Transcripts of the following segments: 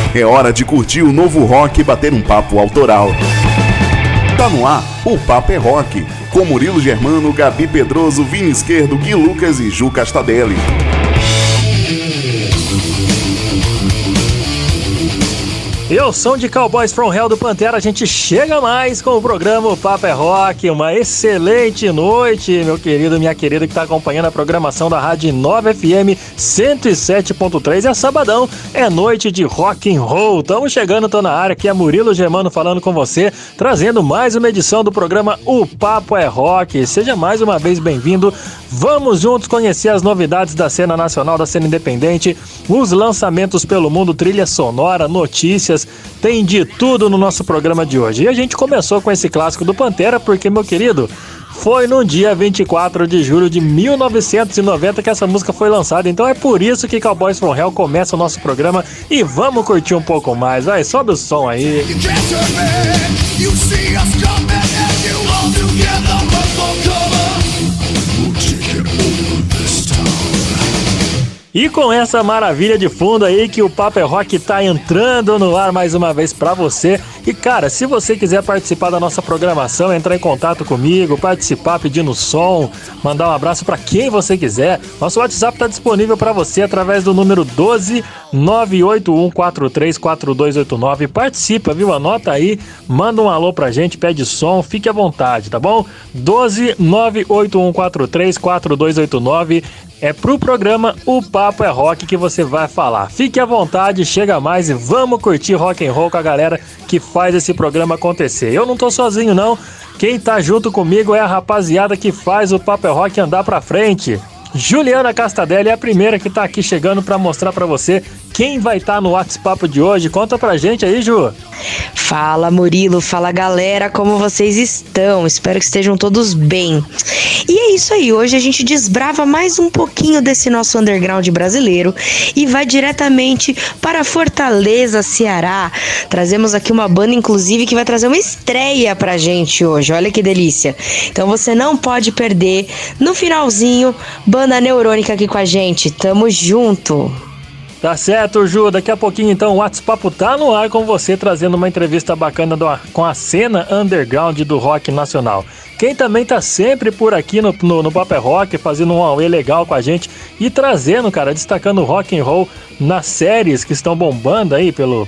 É hora de curtir o novo rock e bater um papo autoral. Tá no ar, o Papo é Rock, com Murilo Germano, Gabi Pedroso, Vini Esquerdo, Gui Lucas e Ju Castadelli. E o som de Cowboys from Hell do Pantera, a gente chega mais com o programa O Papo é Rock. Uma excelente noite, meu querido, minha querida, que está acompanhando a programação da Rádio 9 FM 107.3. É sabadão, é noite de rock and roll. Estamos chegando, tô na área, aqui é Murilo Germano falando com você, trazendo mais uma edição do programa O Papo é Rock. Seja mais uma vez bem-vindo. Vamos juntos conhecer as novidades da cena nacional, da cena independente, os lançamentos pelo mundo, trilha sonora, notícias, tem de tudo no nosso programa de hoje. E a gente começou com esse clássico do Pantera porque, meu querido, foi no dia 24 de julho de 1990 que essa música foi lançada. Então é por isso que Cowboys from Hell começa o nosso programa e vamos curtir um pouco mais. Vai, sobe o som aí. E com essa maravilha de fundo aí que o Papo é Rock tá entrando no ar mais uma vez pra você. E cara, se você quiser participar da nossa programação, entrar em contato comigo, participar pedindo som, mandar um abraço pra quem você quiser, nosso WhatsApp tá disponível pra você através do número 12 981434289. Participa, viu? Anota aí, manda um alô pra gente, pede som, fique à vontade, tá bom? 12 981434289. É pro programa O Papo é Rock que você vai falar. Fique à vontade, chega mais e vamos curtir rock and roll com a galera que faz esse programa acontecer. Eu não tô sozinho não, quem tá junto comigo é a rapaziada que faz o Papo é Rock andar pra frente. Juliana Castadelli é a primeira que tá aqui chegando pra mostrar pra você quem vai estar no WhatsApp de hoje. Conta pra gente aí, Ju. Fala, Murilo, fala, galera, como vocês estão? Espero que estejam todos bem. E é isso aí, hoje a gente desbrava mais um pouquinho desse nosso underground brasileiro e vai diretamente para Fortaleza, Ceará. Trazemos aqui uma banda, inclusive, que vai trazer uma estreia pra gente hoje, olha que delícia. Então você não pode perder, no finalzinho, Banda Neurônica aqui com a gente, tamo junto. Tá certo, Ju, daqui a pouquinho então o WhatsApp tá no ar com você, trazendo uma entrevista bacana com a cena underground do rock nacional. Quem também tá sempre por aqui no Papo é Rock, fazendo um auê legal com a gente e trazendo, cara, destacando o rock and roll nas séries que estão bombando aí pelo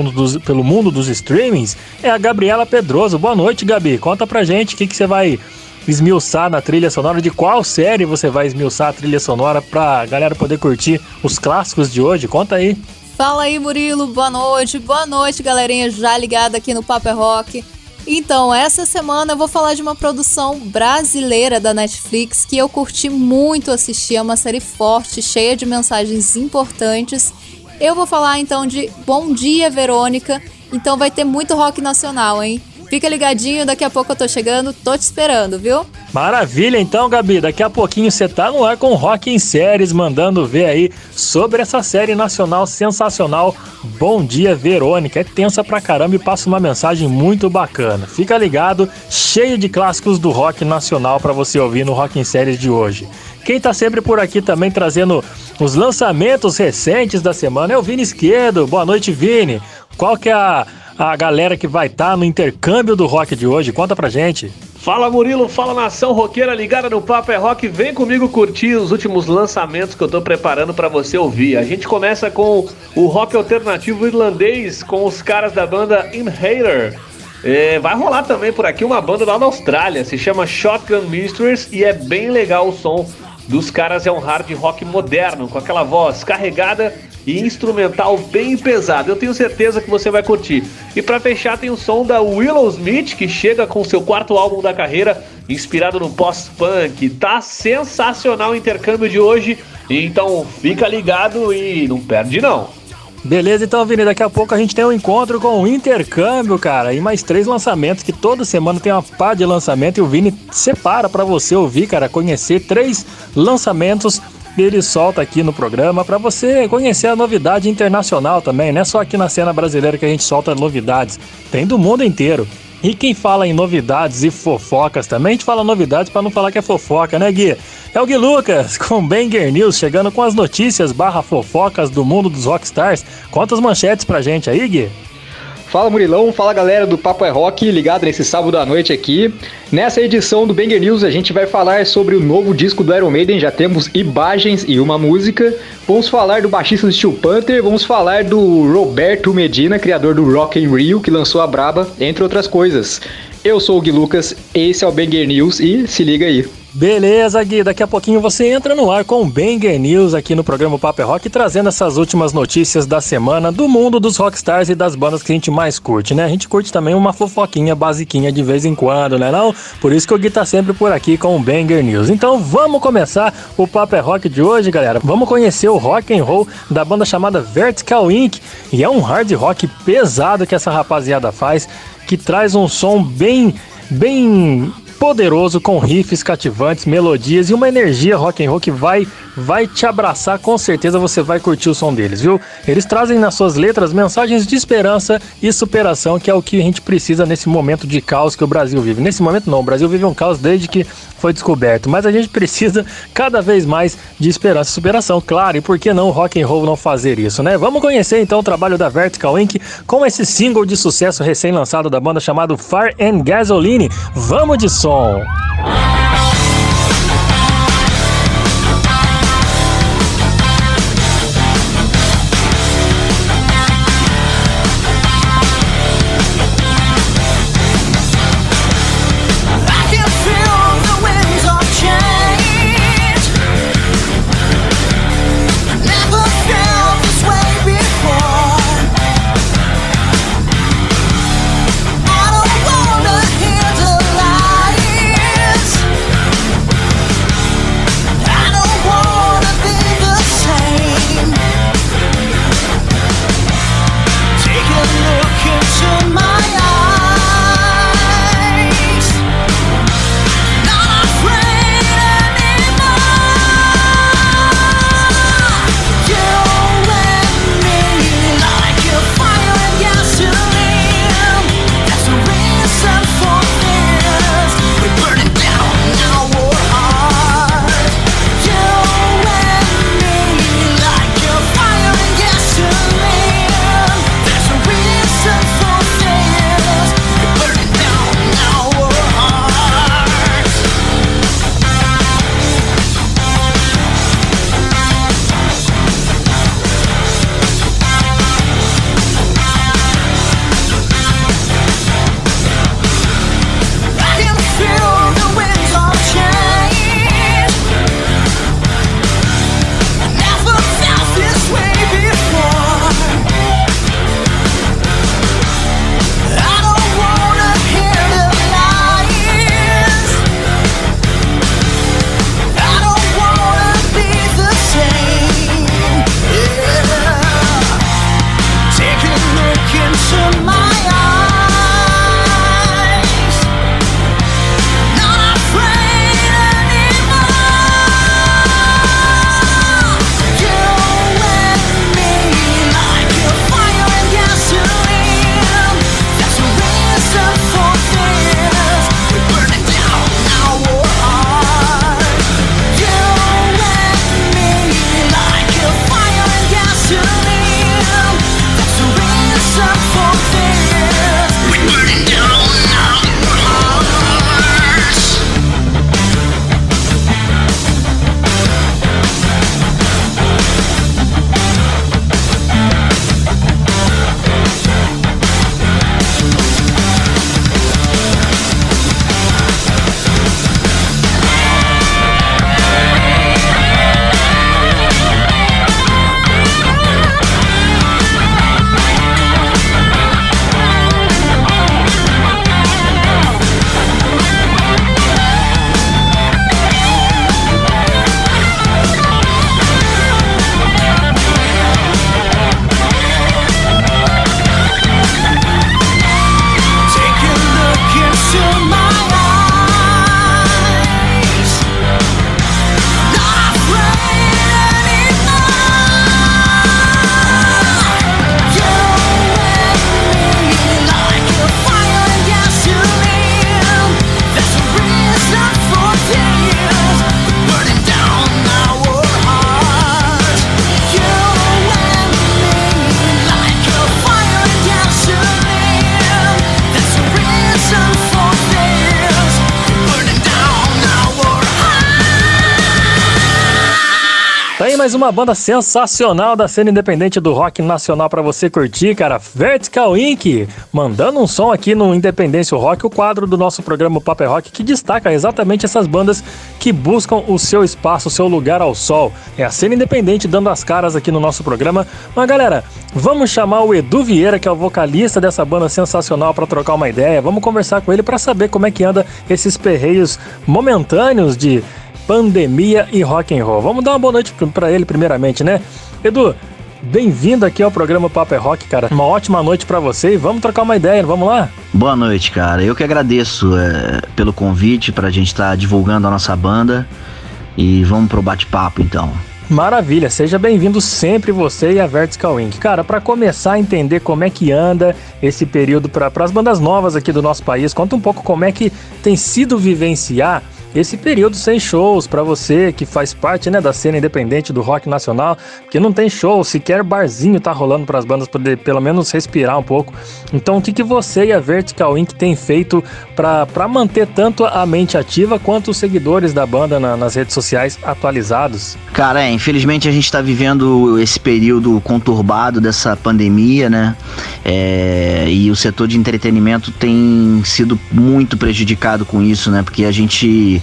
mundo dos streamings, é a Gabriela Pedroso. Boa noite, Gabi, conta pra gente o que você vai esmiuçar na trilha sonora, de qual série você vai esmiuçar a trilha sonora pra galera poder curtir os clássicos de hoje, conta aí. Fala aí, Murilo, boa noite, galerinha já ligada aqui no Papo é Rock. Então, essa semana eu vou falar de uma produção brasileira da Netflix que eu curti muito assistir, é uma série forte, cheia de mensagens importantes. Eu vou falar então de Bom Dia, Verônica, então vai ter muito rock nacional, hein? Fica ligadinho, daqui a pouco eu tô chegando, tô te esperando, viu? Maravilha, então, Gabi, daqui a pouquinho você tá no ar com Rock em Séries, mandando ver aí sobre essa série nacional sensacional, Bom Dia, Verônica. É tensa pra caramba e passa uma mensagem muito bacana. Fica ligado, cheio de clássicos do rock nacional pra você ouvir no Rock em Séries de hoje. Quem tá sempre por aqui também trazendo os lançamentos recentes da semana é o Vini Esquerdo. Boa noite, Vini. Qual que é a galera que vai estar no intercâmbio do rock de hoje? Conta pra gente. Fala, Murilo, fala, nação roqueira ligada no Papo é Rock. Vem comigo curtir os últimos lançamentos que eu tô preparando pra você ouvir. A gente começa com o rock alternativo irlandês com os caras da banda Inhaler. Vai rolar também por aqui uma banda lá da Austrália, se chama Shotgun Mistress e é bem legal o som dos caras. É um hard rock moderno, com aquela voz carregada e instrumental bem pesado. Eu tenho certeza que você vai curtir. E pra fechar tem o som da Willowsmith, que chega com seu quarto álbum da carreira, inspirado no post-punk. Tá sensacional o intercâmbio de hoje, então fica ligado e não perde não. Beleza, então, Vini, daqui a pouco a gente tem um encontro com o intercâmbio, cara, e mais 3 lançamentos, que toda semana tem uma pá de lançamento, e o Vini separa pra você ouvir, cara, conhecer 3 lançamentos que ele solta aqui no programa pra você conhecer a novidade internacional também, não é só aqui na cena brasileira que a gente solta novidades, tem do mundo inteiro. E quem fala em novidades e fofocas também, a gente fala novidades pra não falar que é fofoca, né, Gui? É o Gui Lucas, com Banger News, chegando com as notícias /fofocas do mundo dos rockstars. Conta as manchetes pra gente aí, Gui. Fala Murilão, fala galera do Papo é Rock, ligado nesse sábado à noite aqui. Nessa edição do Banger News a gente vai falar sobre o novo disco do Iron Maiden, já temos imagens e uma música. Vamos falar do baixista do Steel Panther, vamos falar do Roberto Medina, criador do Rock in Rio, que lançou a Braba, entre outras coisas. Eu sou o Gui Lucas, esse é o Banger News e se liga aí. Beleza, Gui, daqui a pouquinho você entra no ar com o Banger News aqui no programa Papo é Rock, trazendo essas últimas notícias da semana do mundo dos rockstars e das bandas que a gente mais curte, né? A gente curte também uma fofoquinha basiquinha de vez em quando, né não? Por isso que o Gui tá sempre por aqui com o Banger News. Então vamos começar o Papo é Rock de hoje, galera. Vamos conhecer o rock and roll da banda chamada Vertical Inc. E é um hard rock pesado que essa rapaziada faz, que traz um som bem poderoso, com riffs cativantes, melodias e uma energia rock and roll que vai te abraçar, com certeza você vai curtir o som deles, viu? Eles trazem nas suas letras mensagens de esperança e superação, que é o que a gente precisa nesse momento de caos que o Brasil vive. Nesse momento não, o Brasil vive um caos desde que foi descoberto, mas a gente precisa cada vez mais de esperança e superação, claro, e por que não o rock and roll não fazer isso, né? Vamos conhecer então o trabalho da Vertical Inc. com esse single de sucesso recém-lançado da banda chamado Fire and Gasoline. Vamos de som! I don't wanna hear the lies. mais uma banda sensacional da cena independente do rock nacional pra você curtir, cara. Vertical Inc. Mandando um som aqui no Independência Rock, o quadro do nosso programa Papo é Rock, que destaca exatamente essas bandas que buscam o seu espaço, o seu lugar ao sol. É a cena independente dando as caras aqui no nosso programa. Mas galera, vamos chamar o Edu Vieira, que é o vocalista dessa banda sensacional, pra trocar uma ideia. Vamos conversar com ele pra saber como é que anda esses perreios momentâneos de pandemia e rock and roll. Vamos dar uma boa noite pra ele primeiramente, né? Edu, bem-vindo aqui ao programa Papo é Rock, cara. Uma ótima noite pra você e vamos trocar uma ideia, vamos lá? Boa noite, cara. Eu que agradeço pelo convite pra gente estar divulgando a nossa banda e vamos pro bate-papo, então. Maravilha, seja bem-vindo sempre você e a Vertical Inc. Cara, para começar a entender como é que anda esse período para as bandas novas aqui do nosso país, conta um pouco como é que tem sido vivenciar esse período sem shows para você que faz parte, né, da cena independente do rock nacional, porque não tem show, sequer barzinho tá rolando para as bandas poder pelo menos respirar um pouco. Então o que você e a Vertical Inc. tem feito para manter tanto a mente ativa quanto os seguidores da banda nas redes sociais atualizados? Cara, infelizmente a gente tá vivendo esse período conturbado dessa pandemia, né, e o setor de entretenimento tem sido muito prejudicado com isso, né, porque a gente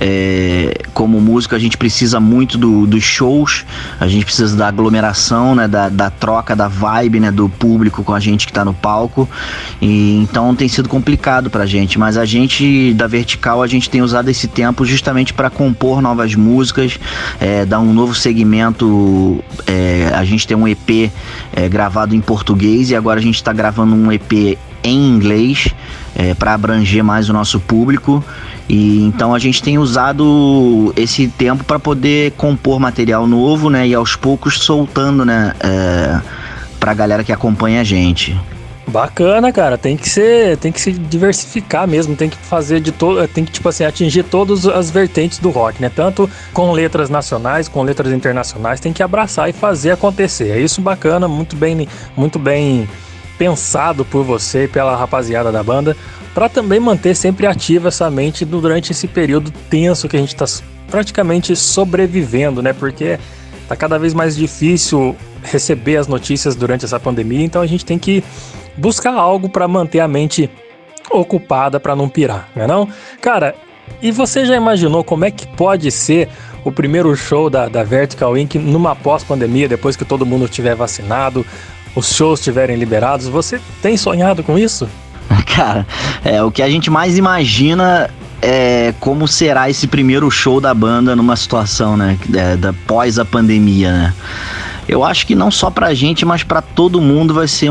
como músico a gente precisa muito dos shows, a gente precisa da aglomeração, né, da troca, da vibe, né, do público com a gente que tá no palco, e então tem sido complicado pra gente, mas a gente da Vertical, a gente tem usado esse tempo justamente para compor novas músicas, dar um novo segmento. A gente tem um EP gravado em português e agora a gente tá gravando um EP em inglês para abranger mais o nosso público. E então a gente tem usado esse tempo para poder compor material novo, né, e aos poucos soltando, né, pra galera que acompanha a gente. Bacana, cara, tem que se diversificar mesmo, tem que fazer tem que, tipo assim, atingir todas as vertentes do rock, né? Tanto com letras nacionais, com letras internacionais, tem que abraçar e fazer acontecer. É isso, bacana, muito bem pensado por você e pela rapaziada da banda, para também manter sempre ativa essa mente durante esse período tenso que a gente tá praticamente sobrevivendo, né? Porque tá cada vez mais difícil receber as notícias durante essa pandemia, então a gente tem que buscar algo para manter a mente ocupada, para não pirar, não é não? Cara, e você já imaginou como é que pode ser o primeiro show da Vertical Inc. numa pós-pandemia, depois que todo mundo estiver vacinado, os shows estiverem liberados? Você tem sonhado com isso? Cara, o que a gente mais imagina é como será esse primeiro show da banda numa situação, né, pós a pandemia, né? Eu acho que não só pra gente, mas pra todo mundo vai ser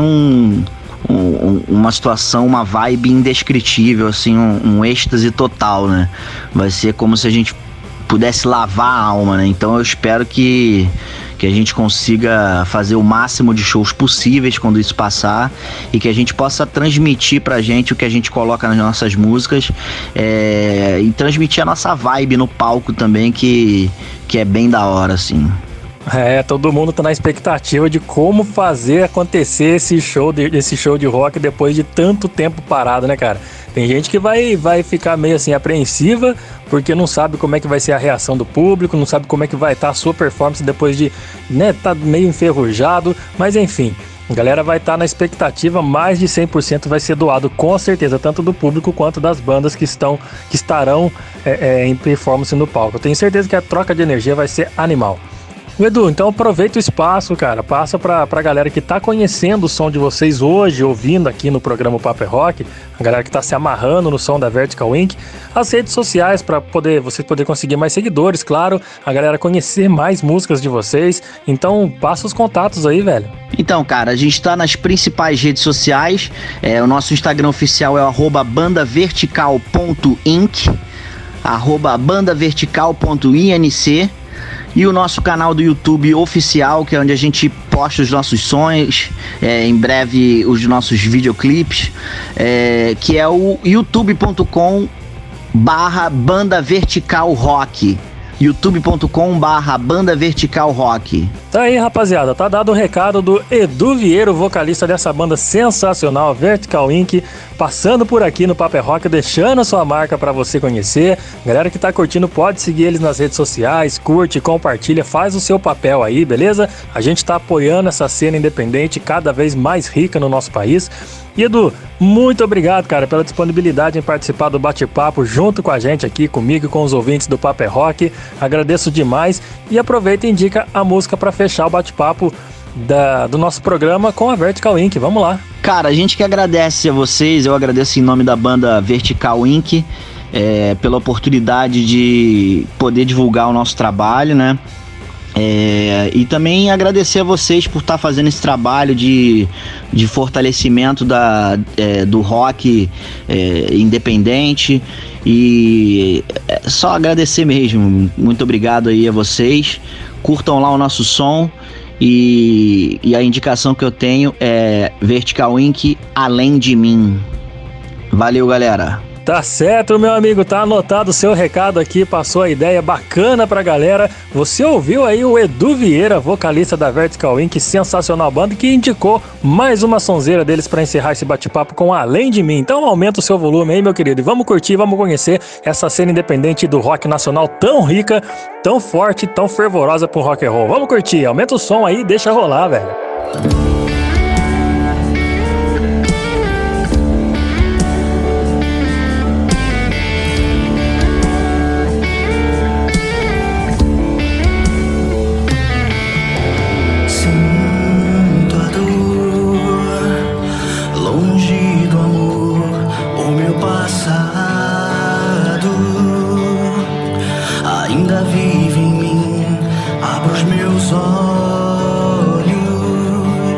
uma situação, uma vibe indescritível, assim, um êxtase total, né? Vai ser como se a gente pudesse lavar a alma, né? Então eu espero que a gente consiga fazer o máximo de shows possíveis quando isso passar e que a gente possa transmitir pra gente o que a gente coloca nas nossas músicas, e transmitir a nossa vibe no palco também, que é bem da hora, assim. Todo mundo tá na expectativa de como fazer acontecer esse show de rock depois de tanto tempo parado, né, cara? Tem gente que vai ficar meio assim apreensiva, porque não sabe como é que vai ser a reação do público, não sabe como é que vai estar a sua performance depois de, né, tá meio enferrujado, mas enfim, a galera vai estar na expectativa, mais de 100% vai ser doado, com certeza, tanto do público quanto das bandas que estarão em performance no palco. Eu tenho certeza que a troca de energia vai ser animal. Edu, então aproveita o espaço, cara, passa pra galera que tá conhecendo o som de vocês hoje, ouvindo aqui no programa Papo é Rock, a galera que tá se amarrando no som da Vertical Inc., as redes sociais pra vocês poderem conseguir mais seguidores, claro, a galera conhecer mais músicas de vocês, então passa os contatos aí, velho. Então, cara, a gente tá nas principais redes sociais, o nosso Instagram oficial é o @bandavertical.inc, @bandavertical.inc, e o nosso canal do YouTube oficial, que é onde a gente posta os nossos sons, em breve os nossos videoclipes, que é o youtube.com/bandaverticalrock, youtube.com/bandaverticalrock. Tá aí, rapaziada, tá dado o recado do Edu Vieira, vocalista dessa banda sensacional, Vertical Inc., passando por aqui no Paper Rock, deixando a sua marca pra você conhecer. Galera que tá curtindo, pode seguir eles nas redes sociais, curte, compartilha, faz o seu papel aí, beleza? A gente tá apoiando essa cena independente cada vez mais rica no nosso país. E Edu, muito obrigado, cara, pela disponibilidade em participar do bate-papo junto com a gente aqui, comigo e com os ouvintes do Paper Rock. Agradeço demais e aproveita e indica a música para fechar o bate-papo do nosso programa com a Vertical Inc. Vamos lá. Cara, a gente que agradece a vocês, eu agradeço em nome da banda Vertical Inc. Pela oportunidade de poder divulgar o nosso trabalho, né? E também agradecer a vocês por estar fazendo esse trabalho de fortalecimento do rock independente, e só agradecer mesmo. Muito obrigado aí a vocês, curtam lá o nosso som, e a indicação que eu tenho é Vertical Inc. Além de Mim. Valeu, galera! Tá certo, meu amigo, tá anotado o seu recado aqui, passou a ideia bacana pra galera. Você ouviu aí o Edu Vieira, vocalista da Vertical Inc., sensacional banda, que indicou mais uma sonzeira deles pra encerrar esse bate-papo com Além de Mim. Então aumenta o seu volume aí, meu querido, e vamos curtir, vamos conhecer essa cena independente do rock nacional tão rica, tão forte, tão fervorosa pro rock and roll. Vamos curtir, aumenta o som aí e deixa rolar, velho. Vive em mim, abra os meus olhos.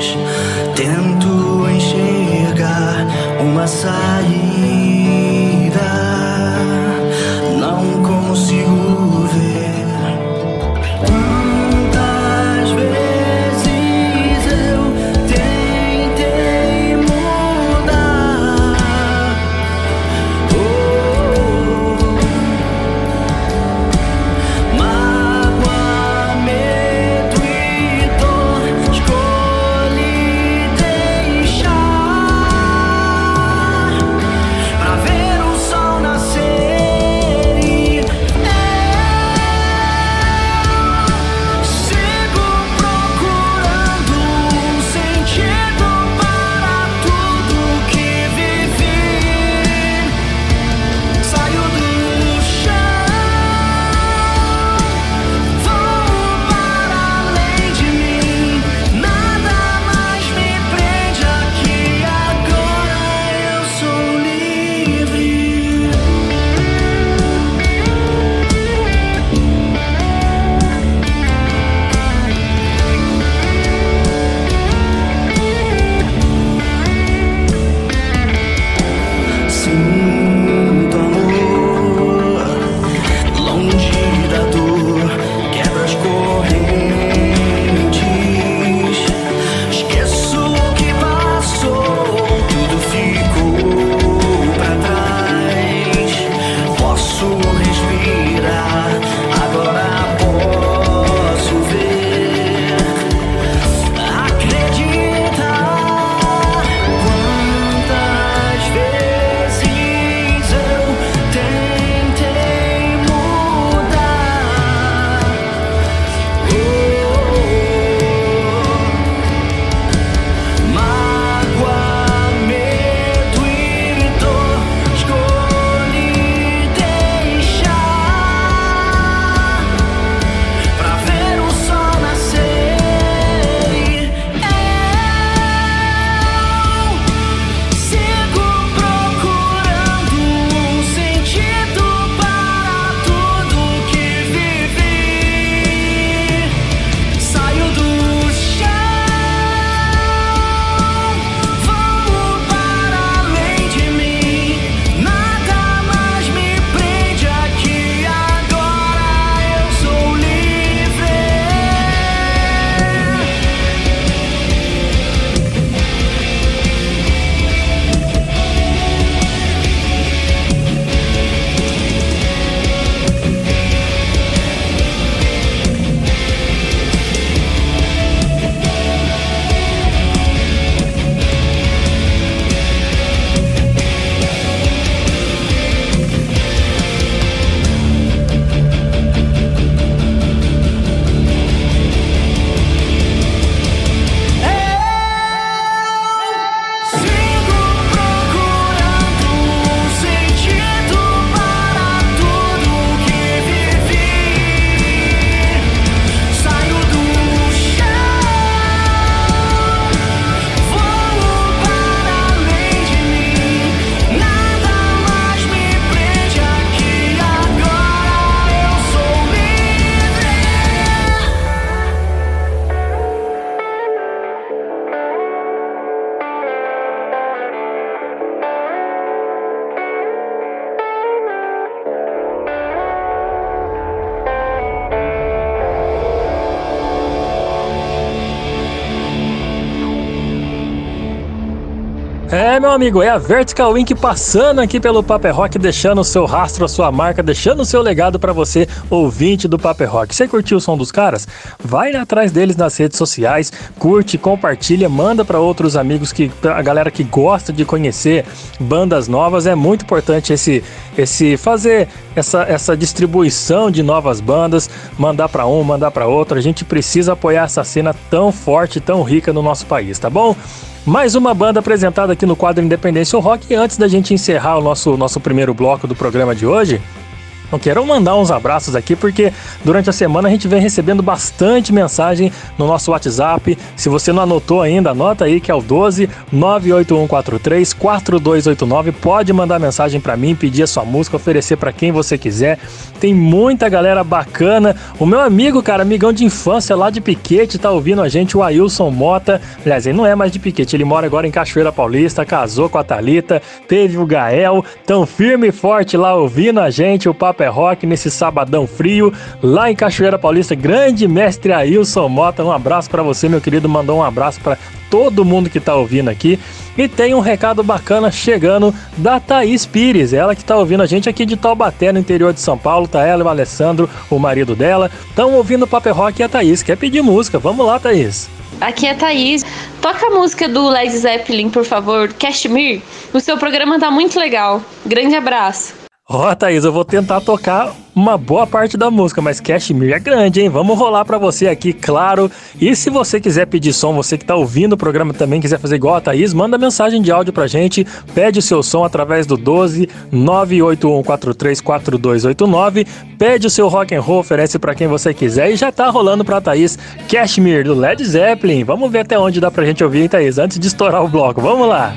É, meu amigo, é a Vertical Inc passando aqui pelo Paper Rock, deixando o seu rastro, a sua marca, deixando o seu legado pra você, ouvinte do Paper Rock. Você curtiu o som dos caras? Vai atrás deles nas redes sociais, curte, compartilha, manda pra outros amigos, a galera que gosta de conhecer bandas novas. É muito importante fazer essa distribuição de novas bandas, mandar pra um, mandar pra outro. A gente precisa apoiar essa cena tão forte, tão rica no nosso país, tá bom? Mais uma banda apresentada aqui no quadro Independência Rock. E antes da gente encerrar o nosso primeiro bloco do programa de hoje, eu quero mandar uns abraços aqui, porque durante a semana a gente vem recebendo bastante mensagem no nosso WhatsApp. Se você não anotou ainda, anota aí, que é o 12-98143-4289. Pode mandar mensagem pra mim, pedir a sua música, oferecer pra quem você quiser. Tem muita galera bacana. O meu amigo, cara, amigão de infância lá de Piquete, tá ouvindo a gente, o Ailson Mota. Aliás, ele não é mais de Piquete, ele mora agora em Cachoeira Paulista, casou com a Thalita, teve o Gael, tão firme e forte lá ouvindo a gente, o Papo é Rock, nesse sabadão frio, lá em Cachoeira Paulista. Grande mestre Ailson Mota, um abraço pra você, meu querido, mandou um abraço pra todo mundo que tá ouvindo aqui. E tem um recado bacana chegando da Thaís Pires, ela que tá ouvindo a gente aqui de Taubaté, no interior de São Paulo. Tá ela e o Alessandro, o marido dela, estão ouvindo o Paper Rock, e a Thaís quer pedir música. Vamos lá, Thaís. Aqui é a Thaís. Toca a música do Led Zeppelin, por favor, Kashmir. O seu programa tá muito legal. Grande abraço. Ó, Thaís, eu vou tentar tocar uma boa parte da música, mas Kashmir é grande, hein? Vamos rolar pra você aqui, claro. E se você quiser pedir som, você que tá ouvindo o programa também, quiser fazer igual a Thaís, manda mensagem de áudio pra gente, pede o seu som através do 12-98143-4289, pede o seu rock and roll, oferece pra quem você quiser, e já tá rolando pra Thaís Kashmir, do Led Zeppelin. Vamos ver até onde dá pra gente ouvir, hein, Thaís? Antes de estourar o bloco, vamos lá!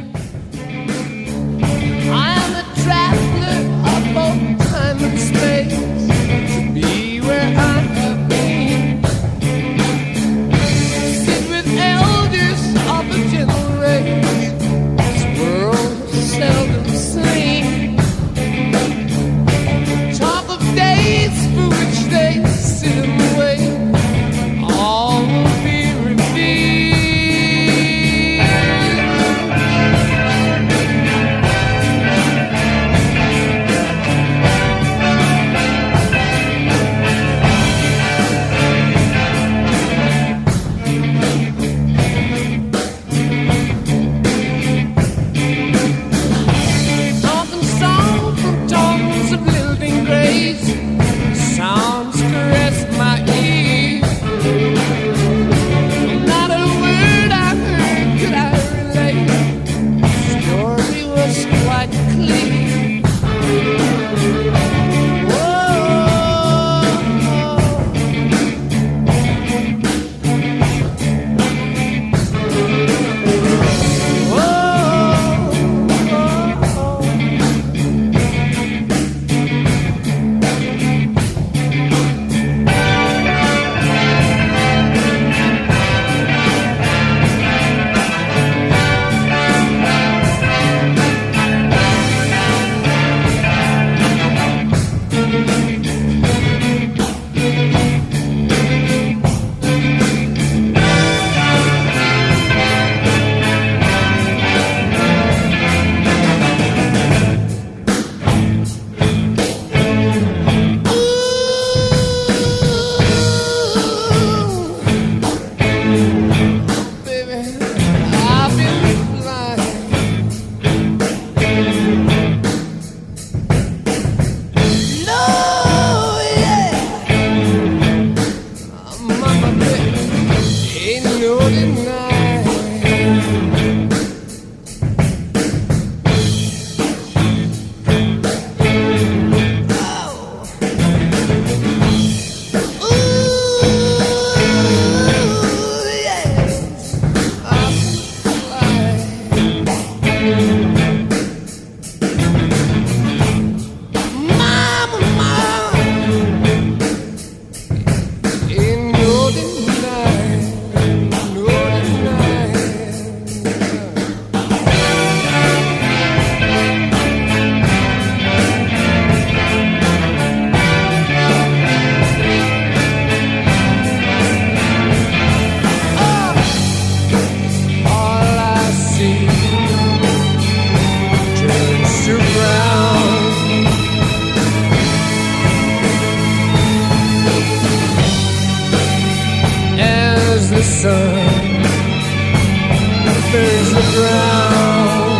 the ground.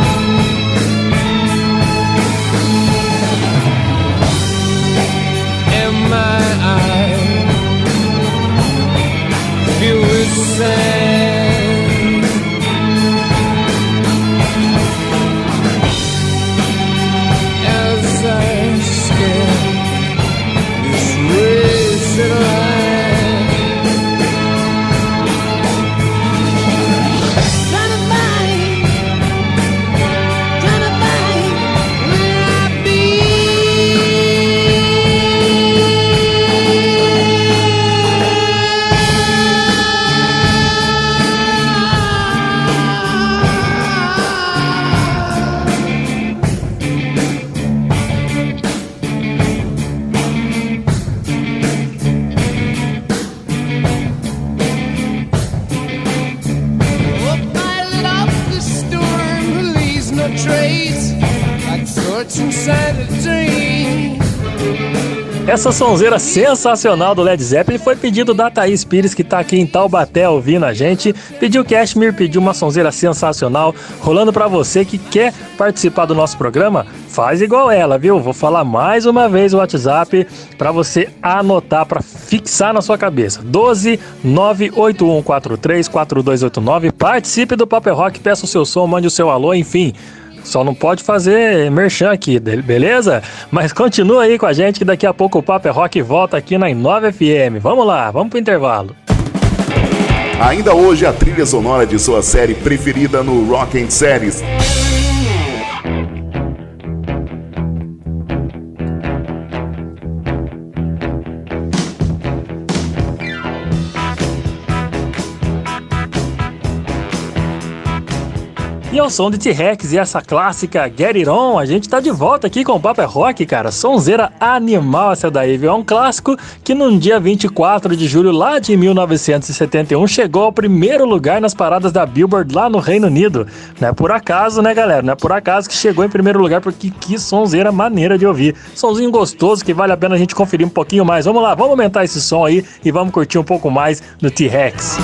And my eyes filled with sand. As I scan this wasted life. Essa sonzeira sensacional do Led Zeppelin foi pedido da Thaís Pires, que tá aqui em Taubaté ouvindo a gente. Pediu Cashmere, pediu uma sonzeira sensacional, rolando pra você que quer participar do nosso programa. Faz igual ela, viu? Vou falar mais uma vez o WhatsApp pra você anotar, pra fixar na sua cabeça. 12 98143 4289. Participe do Paper Rock, peça o seu som, mande o seu alô, enfim. Só não pode fazer merchan aqui, beleza? Mas continua aí com a gente que daqui a pouco o Paper Rock volta aqui na Inova FM. Vamos lá, vamos pro intervalo. Ainda hoje a trilha sonora de sua série preferida no Rock and Series. E ao som de T-Rex e essa clássica Get It On, a gente tá de volta aqui com o Paper Rock, cara. Sonzeira animal essa daí, viu? É um clássico que no dia 24 de julho lá de 1971 chegou ao primeiro lugar nas paradas da Billboard lá no Reino Unido. Não é por acaso, né, galera? Não é por acaso que chegou em primeiro lugar, porque que sonzeira maneira de ouvir. Sonzinho gostoso que vale a pena a gente conferir um pouquinho mais. Vamos lá, vamos aumentar esse som aí e vamos curtir um pouco mais do T-Rex.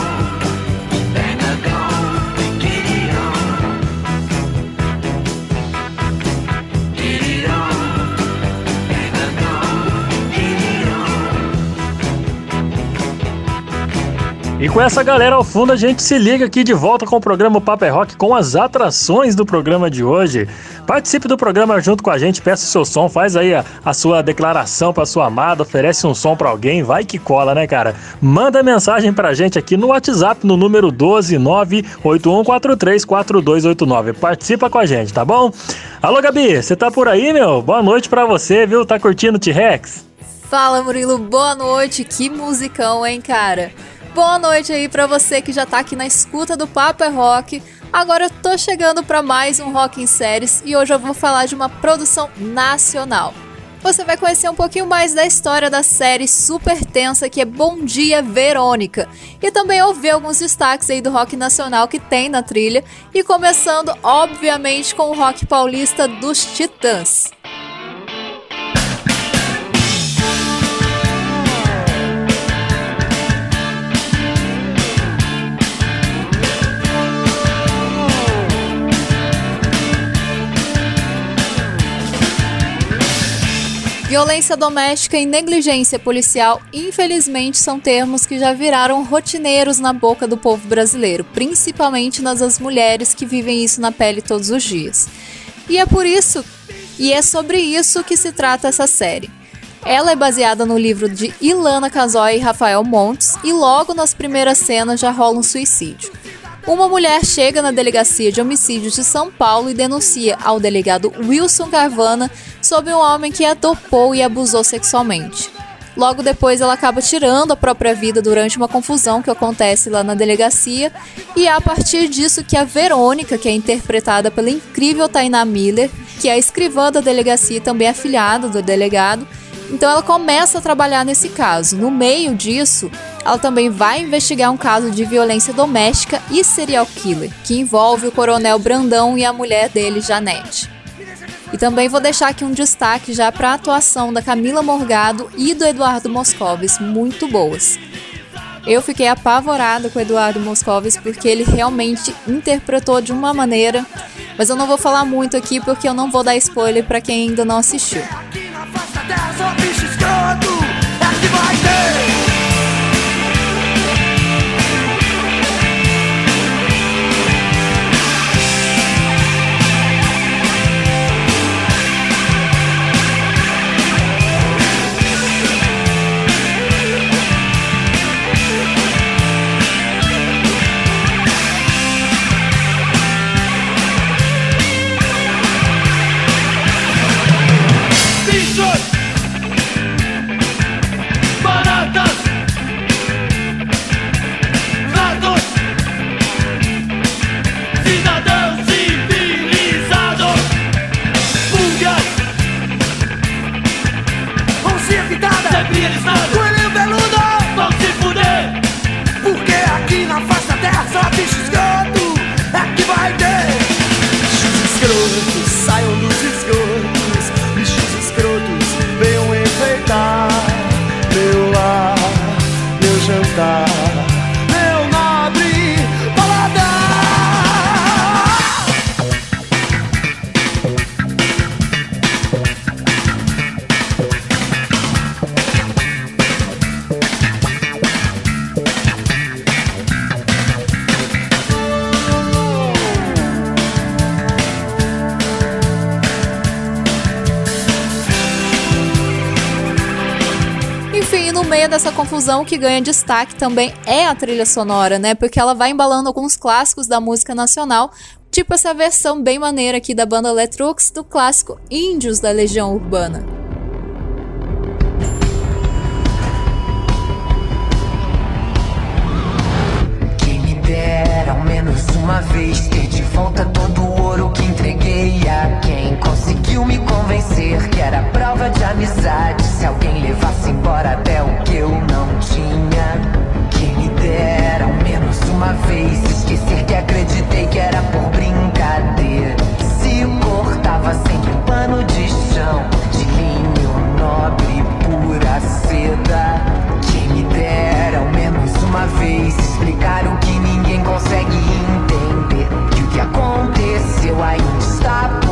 E com essa galera ao fundo, a gente se liga aqui de volta com o programa Paper Rock, com as atrações do programa de hoje. Participe do programa junto com a gente, peça o seu som, faz aí a sua declaração pra sua amada, oferece um som pra alguém, vai que cola, né, cara? Manda mensagem pra gente aqui no WhatsApp, no número 12981434289. Participa com a gente, tá bom? Alô, Gabi, você tá por aí, meu? Boa noite pra você, viu? Tá curtindo o T-Rex? Fala, Murilo, boa noite. Que musicão, hein, cara? Boa noite aí pra você que já tá aqui na escuta do Paper Rock. Agora eu tô chegando pra mais um Rock em Séries e hoje eu vou falar de uma produção nacional. Você vai conhecer um pouquinho mais da história da série super tensa que é Bom Dia, Verônica. E também ouvir alguns destaques aí do rock nacional que tem na trilha. E começando, obviamente, com o rock paulista dos Titãs. Violência doméstica e negligência policial, infelizmente, são termos que já viraram rotineiros na boca do povo brasileiro, principalmente nas mulheres que vivem isso na pele todos os dias. E é sobre isso que se trata essa série. Ela é baseada no livro de Ilana Casoy e Rafael Montes e logo nas primeiras cenas já rola um suicídio. Uma mulher chega na delegacia de homicídios de São Paulo e denuncia ao delegado Wilson Carvana sobre um homem que a dopou e abusou sexualmente. Logo depois ela acaba tirando a própria vida durante uma confusão que acontece lá na delegacia e é a partir disso que a Verônica, que é interpretada pela incrível Tainá Miller, que é a escrivã da delegacia e também afilhada do delegado, então ela começa a trabalhar nesse caso. No meio disso, ela também vai investigar um caso de violência doméstica e serial killer, que envolve o coronel Brandão e a mulher dele, Janete. E também vou deixar aqui um destaque já para a atuação da Camila Morgado e do Eduardo Moscovis, muito boas. Eu fiquei apavorada com o Eduardo Moscovis porque ele realmente interpretou de uma maneira, mas eu não vou falar muito aqui porque eu não vou dar spoiler pra quem ainda não assistiu. Dessa confusão, que ganha destaque também é a trilha sonora, né? Porque ela vai embalando alguns clássicos da música nacional, tipo essa versão bem maneira aqui da banda Letrux do clássico Índios da Legião Urbana. Quem me dera ao menos uma vez ter de volta todo o ouro que entreguei a quem conseguiu me convencer que era prova de amizade se alguém levasse embora até o que eu não tinha. Quem me dera ao menos uma vez esquecer que acreditei que era por brincadeira. Se cortava sempre um pano de chão de linho nobre, pura seda. Quem me dera ao menos uma vez explicar o que ninguém consegue entender, que o que aconteceu ainda está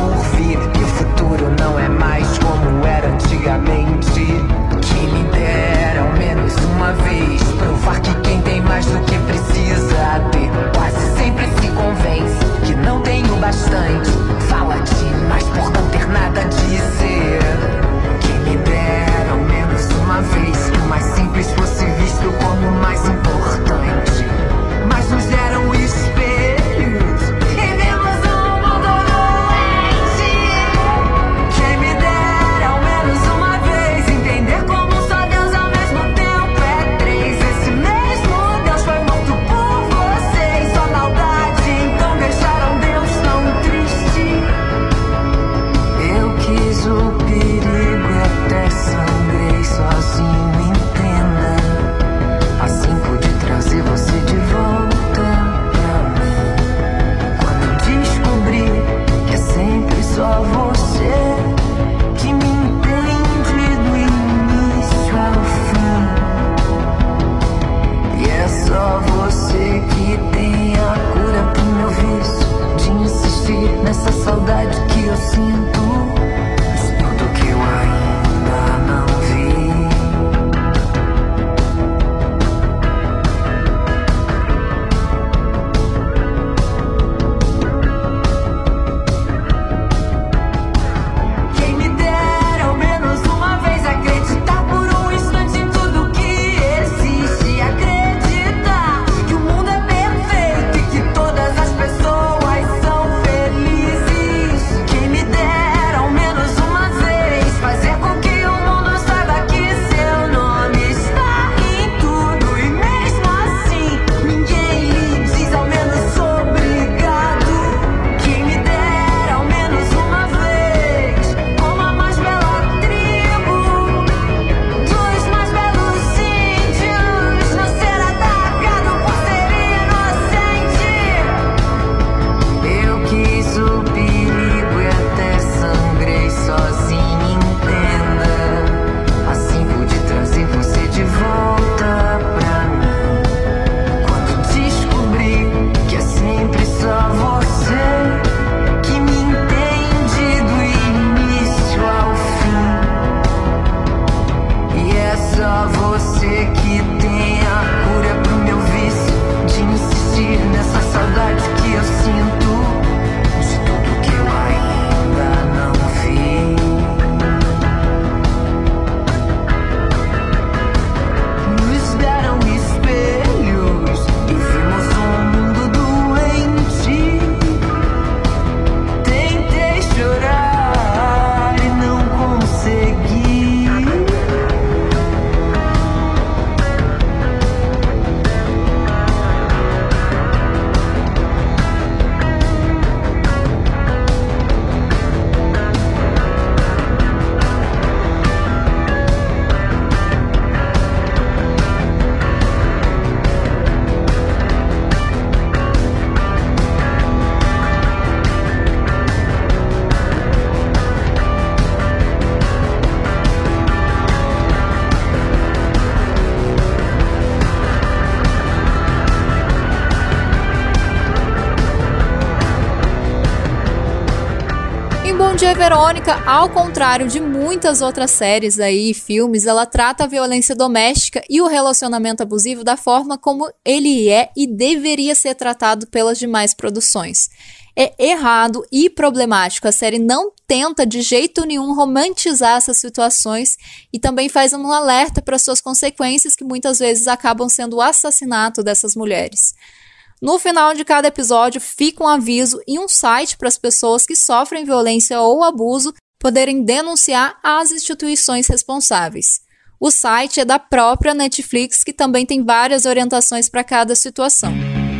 Dia Verônica, ao contrário de muitas outras séries aí, filmes, ela trata a violência doméstica e o relacionamento abusivo da forma como ele é e deveria ser tratado pelas demais produções. É errado e problemático. A série não tenta de jeito nenhum romantizar essas situações e também faz um alerta para suas consequências, que muitas vezes acabam sendo o assassinato dessas mulheres. No final de cada episódio fica um aviso e um site para as pessoas que sofrem violência ou abuso poderem denunciar as instituições responsáveis. O site é da própria Netflix, que também tem várias orientações para cada situação.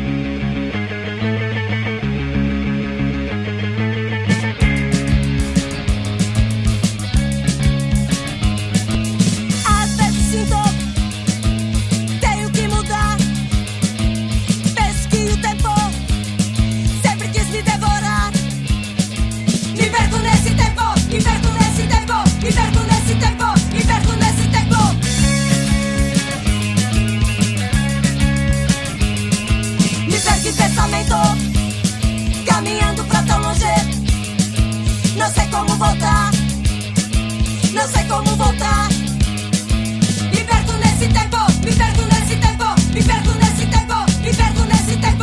Caminhando pra tão longe, não sei como voltar, não sei como voltar. Me perco nesse tempo, me perco nesse tempo, me perco nesse tempo, me perco nesse tempo.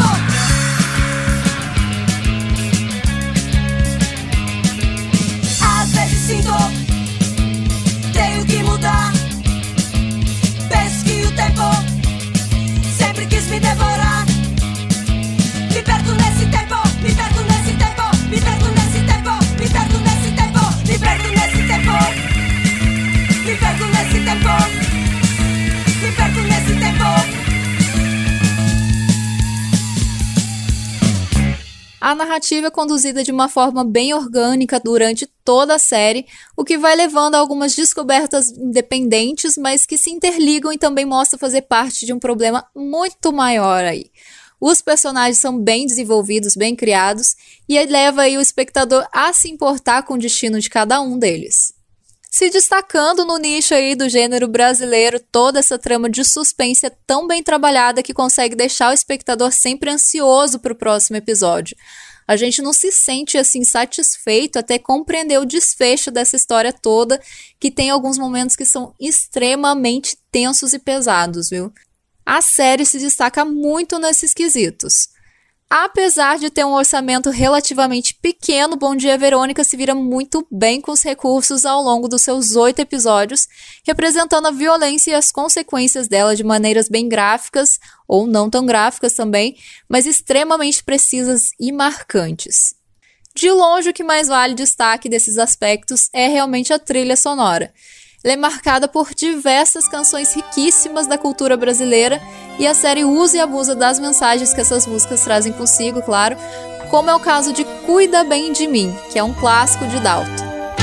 Às vezes sinto, tenho que mudar. Penso que o tempo sempre quis me devorar. Me perco nesse tempo, me perco nesse tempo, me perco nesse tempo, me perco nesse tempo, me perco nesse tempo, me perco nesse tempo, me perco nesse tempo. A narrativa é conduzida de uma forma bem orgânica durante toda a série, o que vai levando a algumas descobertas independentes, mas que se interligam e também mostra fazer parte de um problema muito maior aí. Os personagens são bem desenvolvidos, bem criados, e leva aí o espectador a se importar com o destino de cada um deles. Se destacando no nicho aí do gênero brasileiro, toda essa trama de suspense é tão bem trabalhada que consegue deixar o espectador sempre ansioso para o próximo episódio. A gente não se sente assim satisfeito até compreender o desfecho dessa história toda, que tem alguns momentos que são extremamente tensos e pesados, viu? A série se destaca muito nesses quesitos. Apesar de ter um orçamento relativamente pequeno, Bom Dia Verônica se vira muito bem com os recursos ao longo dos seus 8 episódios, representando a violência e as consequências dela de maneiras bem gráficas, ou não tão gráficas também, mas extremamente precisas e marcantes. De longe, o que mais vale destaque desses aspectos é realmente a trilha sonora. Ela é marcada por diversas canções riquíssimas da cultura brasileira e a série usa e abusa das mensagens que essas músicas trazem consigo, claro, como é o caso de Cuida Bem de Mim, que é um clássico de Dalton.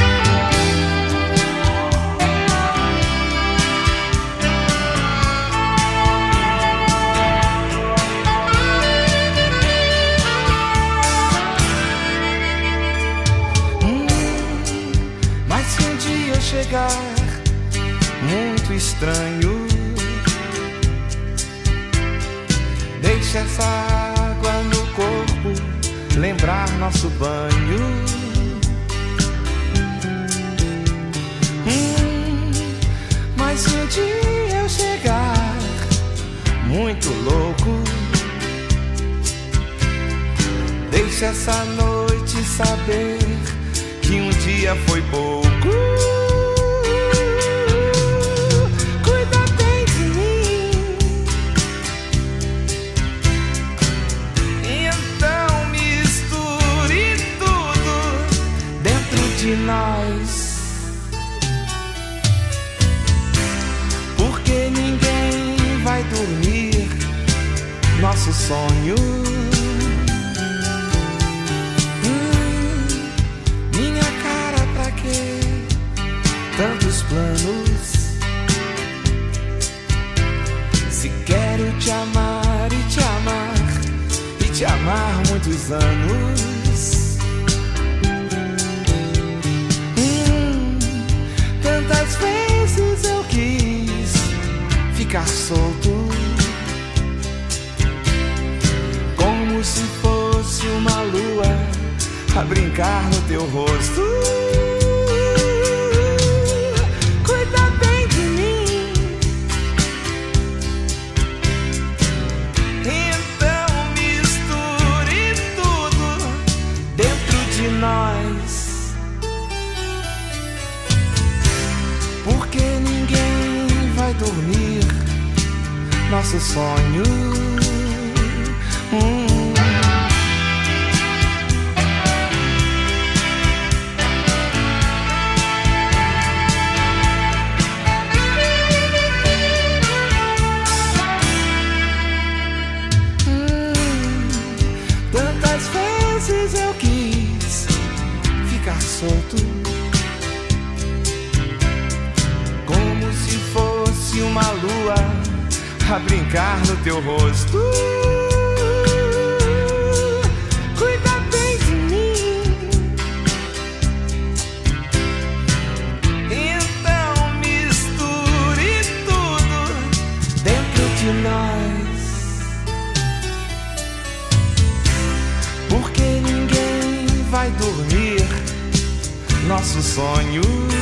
Mas se um dia eu chegar muito estranho, deixa essa água no corpo lembrar nosso banho. Mas se um dia eu chegar muito louco, deixa essa noite saber que um dia foi pouco. De nós, porque ninguém vai dormir nosso sonho. Minha cara, pra quê tantos planos? Se quero te amar e te amar e te amar muitos anos. Tantas vezes eu quis ficar solto, como se fosse uma lua a brincar no teu rosto. Cuida bem de mim. Então misture tudo dentro de nós, porque ninguém vai dormir nosso sonho. Tantas vezes eu quis ficar solto, como se fosse uma lua a brincar no teu rosto. cuida bem de mim. Então misture tudo Dentro de nós, porque ninguém vai dormir nosso sonho.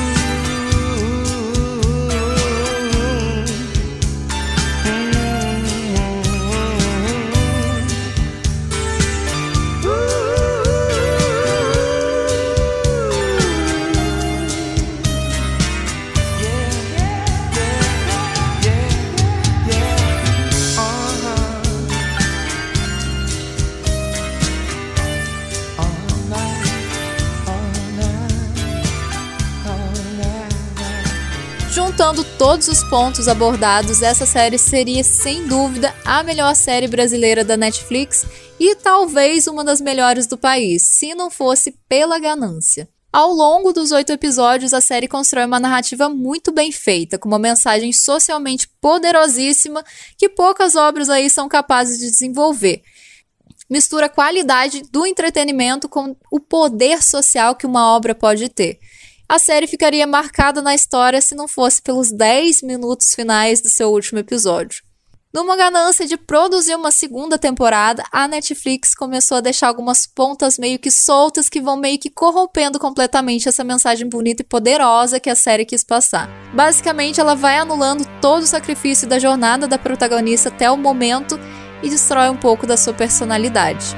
Juntando todos os pontos abordados, essa série seria sem dúvida a melhor série brasileira da Netflix e talvez uma das melhores do país, se não fosse pela ganância. Ao longo dos 8 episódios, a série constrói uma narrativa muito bem feita, com uma mensagem socialmente poderosíssima que poucas obras aí são capazes de desenvolver. Mistura a qualidade do entretenimento com o poder social que uma obra pode ter. A série ficaria marcada na história se não fosse pelos 10 minutos finais do seu último episódio. Numa ganância de produzir uma segunda temporada, a Netflix começou a deixar algumas pontas meio que soltas que vão meio que corrompendo completamente essa mensagem bonita e poderosa que a série quis passar. Basicamente, ela vai anulando todo o sacrifício da jornada da protagonista até o momento e destrói um pouco da sua personalidade.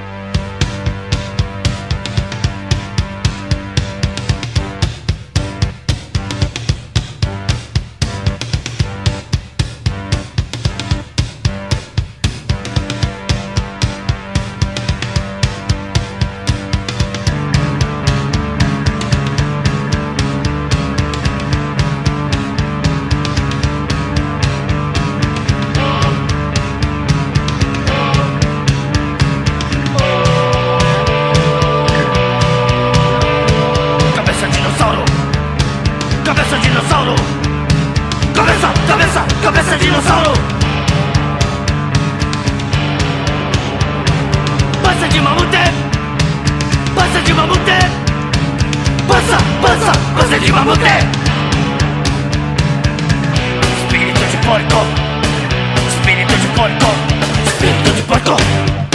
Cabeça dinossauro! Pança de mamute! Pança de mamute! Pança de mamute! Espírito de porco! Espírito de porco! Espírito de porco!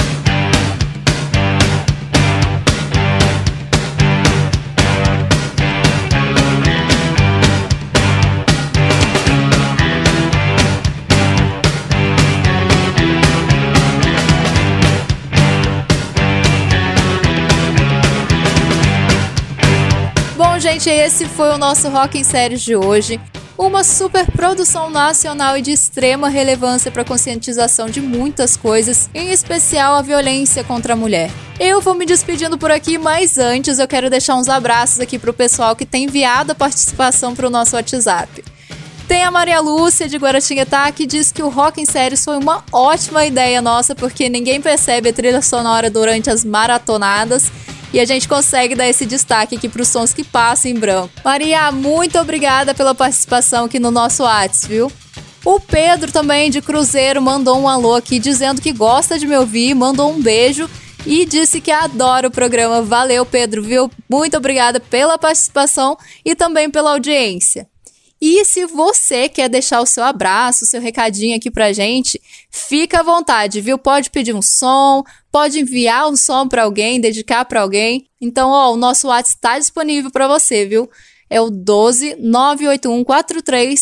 Gente, esse foi o nosso Rock em Séries de hoje. Uma super produção nacional e de extrema relevância para a conscientização de muitas coisas, em especial a violência contra a mulher. Eu vou me despedindo por aqui, mas antes eu quero deixar uns abraços aqui pro pessoal que tem enviado a participação para o nosso WhatsApp. Tem a Maria Lúcia de Guaratinguetá que diz que o Rock em Séries foi uma ótima ideia nossa, porque ninguém percebe a trilha sonora durante as maratonadas. E a gente consegue dar esse destaque aqui para os sons que passam em branco. Maria, muito obrigada pela participação aqui no nosso WhatsApp, viu? O Pedro também, de Cruzeiro, mandou um alô aqui dizendo que gosta de me ouvir, mandou um beijo e disse que adora o programa. Valeu, Pedro, viu? Muito obrigada pela participação e também pela audiência. E se você quer deixar o seu abraço, o seu recadinho aqui pra gente, fica à vontade, viu? Pode pedir um som, pode enviar um som pra alguém, dedicar pra alguém. Então, ó, o nosso WhatsApp tá disponível pra você, viu? É o 12 981 43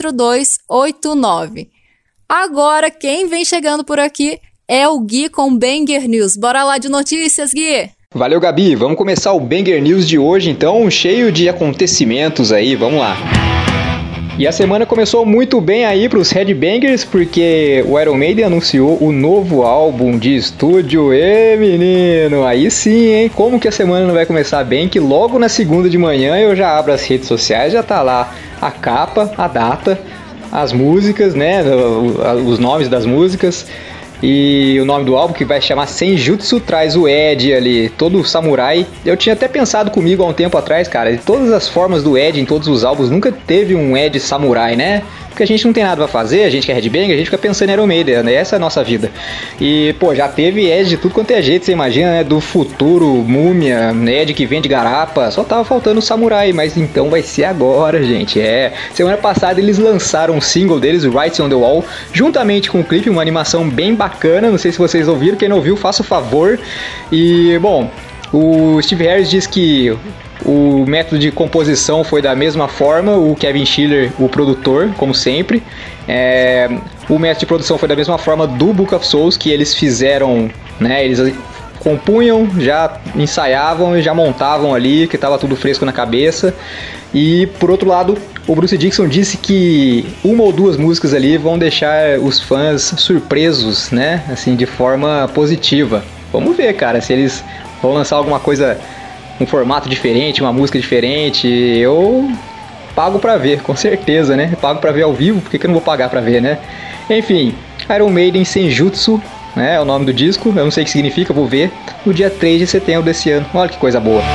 4289. Agora, quem vem chegando por aqui é o Gui com Banger News. Bora lá de notícias, Gui! Valeu, Gabi. Vamos começar o Banger News de hoje, então, cheio de acontecimentos aí. Vamos lá. E a semana começou muito bem aí pros Headbangers, porque o Iron Maiden anunciou o novo álbum de estúdio. Menino, aí sim, hein? Como que a semana não vai começar bem, que logo na segunda de manhã eu já abro as redes sociais, já tá lá a capa, a data, as músicas, né? Os nomes das músicas. E o nome do álbum, que vai chamar Senjutsu, traz o Ed ali, todo samurai. Eu tinha até pensado comigo há um tempo atrás, cara, de todas as formas do Ed em todos os álbuns, nunca teve um Ed samurai, né? Porque a gente não tem nada pra fazer, a gente que é headbanger, a gente fica pensando em Iron Maiden, né? Essa é a nossa vida. E, pô, já teve Ed de tudo quanto é jeito, você imagina, né? Do futuro, múmia, Ed que vem de garapa, só tava faltando o samurai, mas então vai ser agora, gente. Semana passada eles lançaram um single deles, o Writes on the Wall, juntamente com o clipe, uma animação bem bacana, não sei se vocês ouviram, quem não ouviu, faça o favor. E, bom, o Steve Harris diz que o método de composição foi da mesma forma, o Kevin Schiller, o produtor, como sempre. O método de produção foi da mesma forma do Book of Souls, que eles fizeram, né? Eles compunham, já ensaiavam e já montavam ali, que estava tudo fresco na cabeça. E, por outro lado, o Bruce Dickinson disse que uma ou duas músicas ali vão deixar os fãs surpresos, né? Assim, de forma positiva. Vamos ver, cara, se eles vão lançar alguma coisa, um formato diferente, uma música diferente. Eu pago pra ver, com certeza, né? Pago pra ver ao vivo, por que eu não vou pagar pra ver, né? Enfim, Iron Maiden Senjutsu, né? É o nome do disco, eu não sei o que significa, vou ver no dia 3 de setembro desse ano. Olha que coisa boa.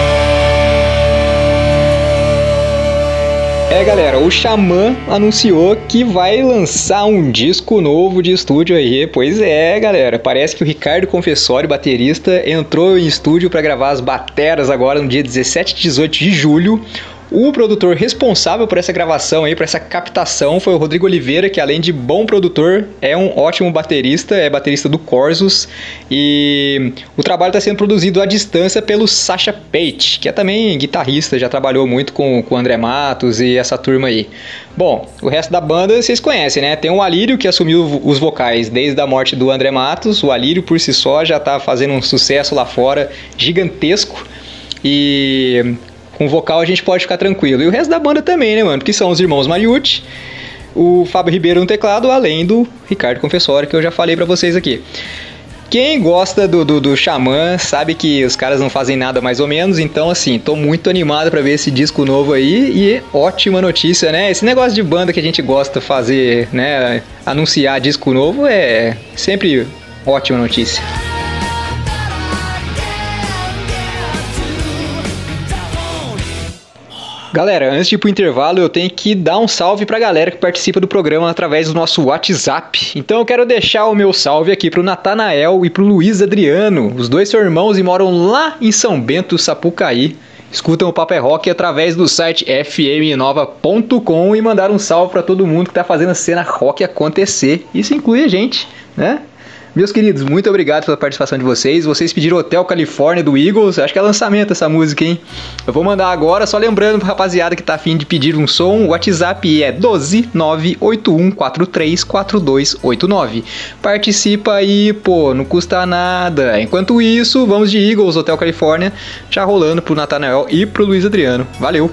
Galera, o Xamã anunciou que vai lançar um disco novo de estúdio aí. Pois é, galera, parece que o Ricardo Confessori, baterista, entrou em estúdio para gravar as bateras agora no dia 17 e 18 de julho. O produtor responsável por essa gravação aí, por essa captação, foi o Rodrigo Oliveira, que além de bom produtor, é um ótimo baterista, é baterista do Corsos. E o trabalho está sendo produzido à distância pelo Sasha Pate, que é também guitarrista, já trabalhou muito com o André Matos e essa turma aí. Bom, o resto da banda vocês conhecem, né? Tem o Alírio, que assumiu os vocais desde a morte do André Matos. O Alírio por si só já está fazendo um sucesso lá fora gigantesco. E com o vocal a gente pode ficar tranquilo. E o resto da banda também, né, mano? Que são os irmãos Mariucci, o Fábio Ribeiro no teclado, além do Ricardo Confessori, que eu já falei pra vocês aqui. Quem gosta do Xamã sabe que os caras não fazem nada mais ou menos, então assim, tô muito animado pra ver esse disco novo aí. E ótima notícia, né? Esse negócio de banda que a gente gosta de fazer, né, anunciar disco novo é sempre ótima notícia. Galera, antes de ir pro intervalo, eu tenho que dar um salve pra galera que participa do programa através do nosso WhatsApp. Então eu quero deixar o meu salve aqui pro Natanael e pro Luiz Adriano. Os dois são irmãos e moram lá em São Bento, Sapucaí. Escutam o Papo é Rock através do site fmnova.com e mandaram um salve pra todo mundo que tá fazendo a cena rock acontecer. Isso inclui a gente, né? Meus queridos, muito obrigado pela participação de vocês. Vocês pediram Hotel California do Eagles. Acho que é lançamento essa música, hein? Eu vou mandar agora, só lembrando pra rapaziada que tá afim de pedir um som, o WhatsApp é 12 981 43 4289. Participa aí, pô, não custa nada. Enquanto isso, vamos de Eagles, Hotel California, já rolando pro Natanael e pro Luiz Adriano. Valeu!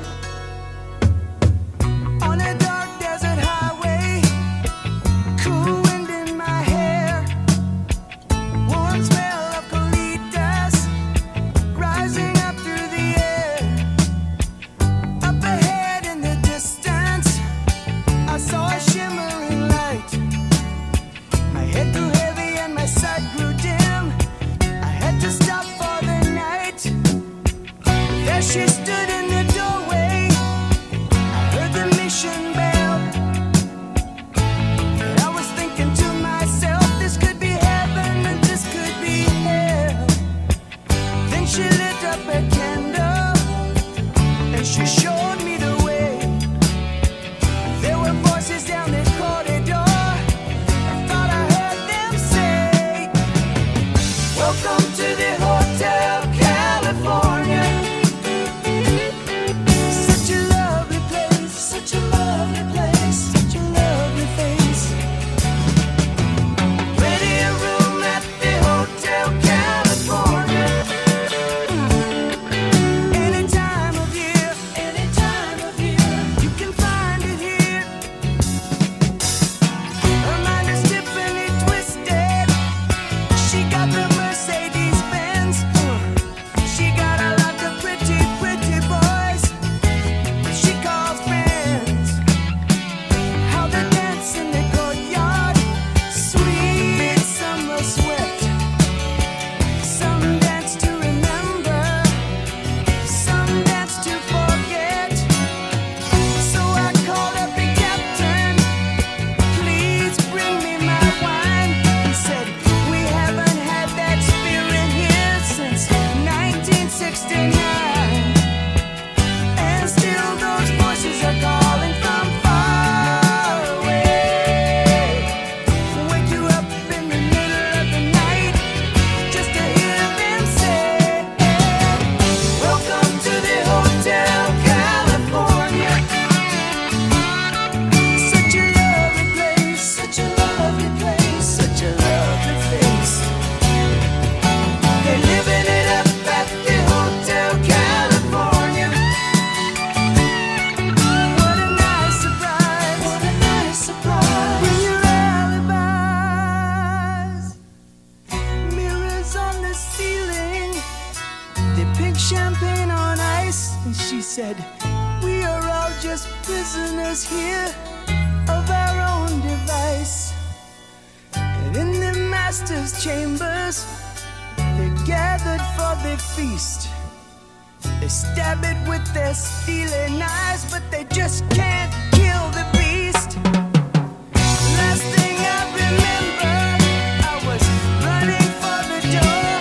She stood in the doorway. drank champagne on ice, and she said, we are all just prisoners here of our own device. And in the master's chambers, they gathered for the feast. They stab it with their steely knives, but they just can't kill the beast. Last thing I remember, I was running for the door.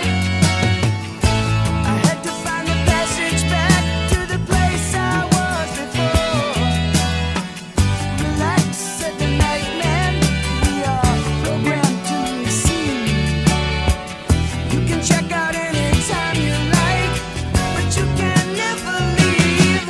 I had to find the passage back to the place I was before. Relax, said the night man, we are programmed to receive. You can check out anytime you like, but you can never leave.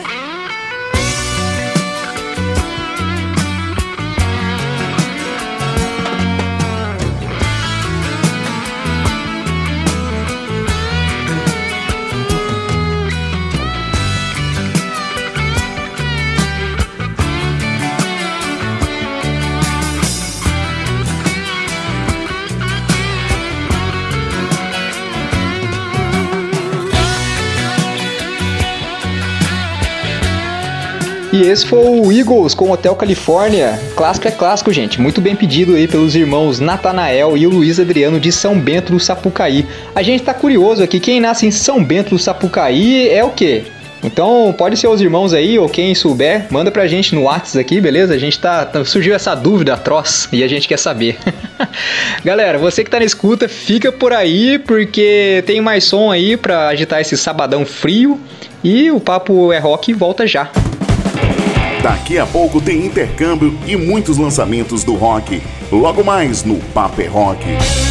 E esse foi o Eagles com Hotel Califórnia. Clássico é clássico, gente. Muito bem pedido aí pelos irmãos Natanael e o Luiz Adriano de São Bento do Sapucaí. A gente tá curioso aqui, quem nasce em São Bento do Sapucaí é o quê? Então pode ser os irmãos aí, ou quem souber, manda pra gente no WhatsApp aqui, beleza? A gente surgiu essa dúvida atroz e a gente quer saber. Galera, você que tá na escuta, fica por aí, porque tem mais som aí pra agitar esse sabadão frio. E o Papo é Rock volta já. Daqui a pouco tem intercâmbio e muitos lançamentos do rock. Logo mais no Papo é Rock.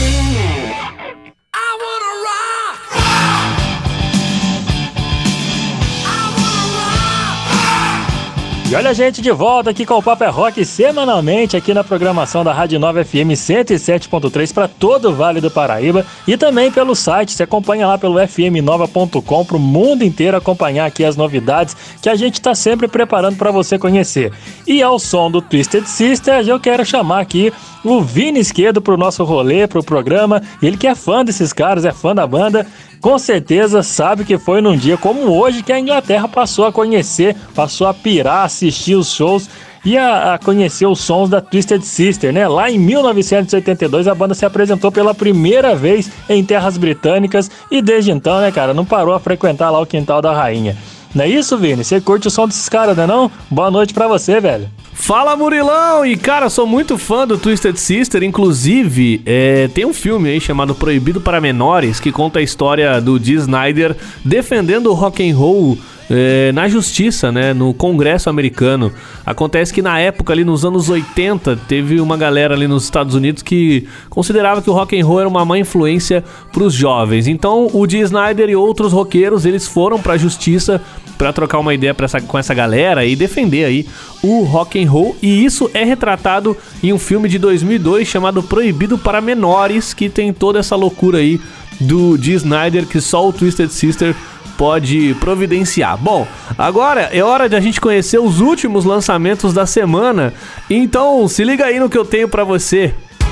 E olha a gente de volta aqui com o Papo é Rock semanalmente aqui na programação da Rádio Nova FM 107.3 para todo o Vale do Paraíba e também pelo site, você acompanha lá pelo fmnova.com para o mundo inteiro acompanhar aqui as novidades que a gente está sempre preparando para você conhecer. E ao som do Twisted Sister, eu quero chamar aqui o Vini Esquerdo para o nosso rolê, para o programa, ele que é fã desses caras, é fã da banda, com certeza sabe que foi num dia como hoje que a Inglaterra passou a conhecer, passou a pirar, assistir os shows e a conhecer os sons da Twisted Sister, né? Lá em 1982 a banda se apresentou pela primeira vez em terras britânicas e desde então, né, cara, não parou a frequentar lá o quintal da rainha. Não é isso, Vini? Você curte o som desses caras, né não? Boa noite pra você, velho. Fala, Murilão! E, cara, sou muito fã do Twisted Sister, inclusive, tem um filme aí chamado Proibido para Menores, que conta a história do Dee Snider defendendo o rock and roll na justiça, né, no Congresso americano. Acontece que na época, ali nos anos 80, teve uma galera ali nos Estados Unidos que considerava que o rock and roll era uma má influência para os jovens. Então o Dee Snider e outros roqueiros, eles foram para a justiça para trocar uma ideia com essa galera e defender aí o rock and roll, e isso é retratado em um filme de 2002 chamado Proibido para Menores, que tem toda essa loucura aí do Dee Snider que só o Twisted Sister pode providenciar. Bom, agora é hora de a gente conhecer os últimos lançamentos da semana, então se liga aí no que eu tenho pra você.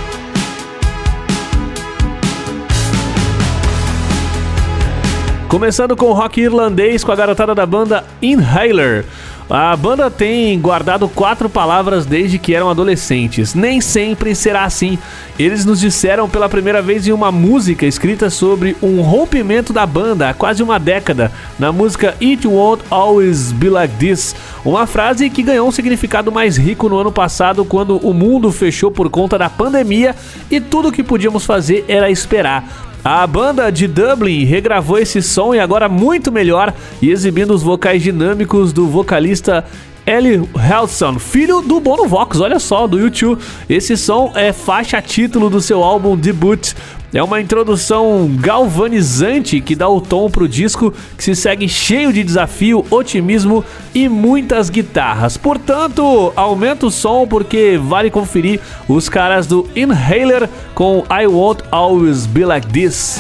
Começando com o rock irlandês com a garotada da banda Inhaler. A banda tem guardado 4 palavras desde que eram adolescentes. Nem sempre será assim. Eles nos disseram pela primeira vez em uma música escrita sobre um rompimento da banda há quase uma década, na música It Won't Always Be Like This, uma frase que ganhou um significado mais rico no ano passado, quando o mundo fechou por conta da pandemia e tudo o que podíamos fazer era esperar. A banda de Dublin regravou esse som e agora muito melhor, e exibindo os vocais dinâmicos do vocalista Ellie Helson, filho do Bono Vox, olha só, do U2. Esse som é faixa título do seu álbum debut. É uma introdução galvanizante que dá o tom pro disco, que se segue cheio de desafio, otimismo e muitas guitarras. Portanto, aumenta o som porque vale conferir os caras do Inhaler com I Won't Always Be Like This.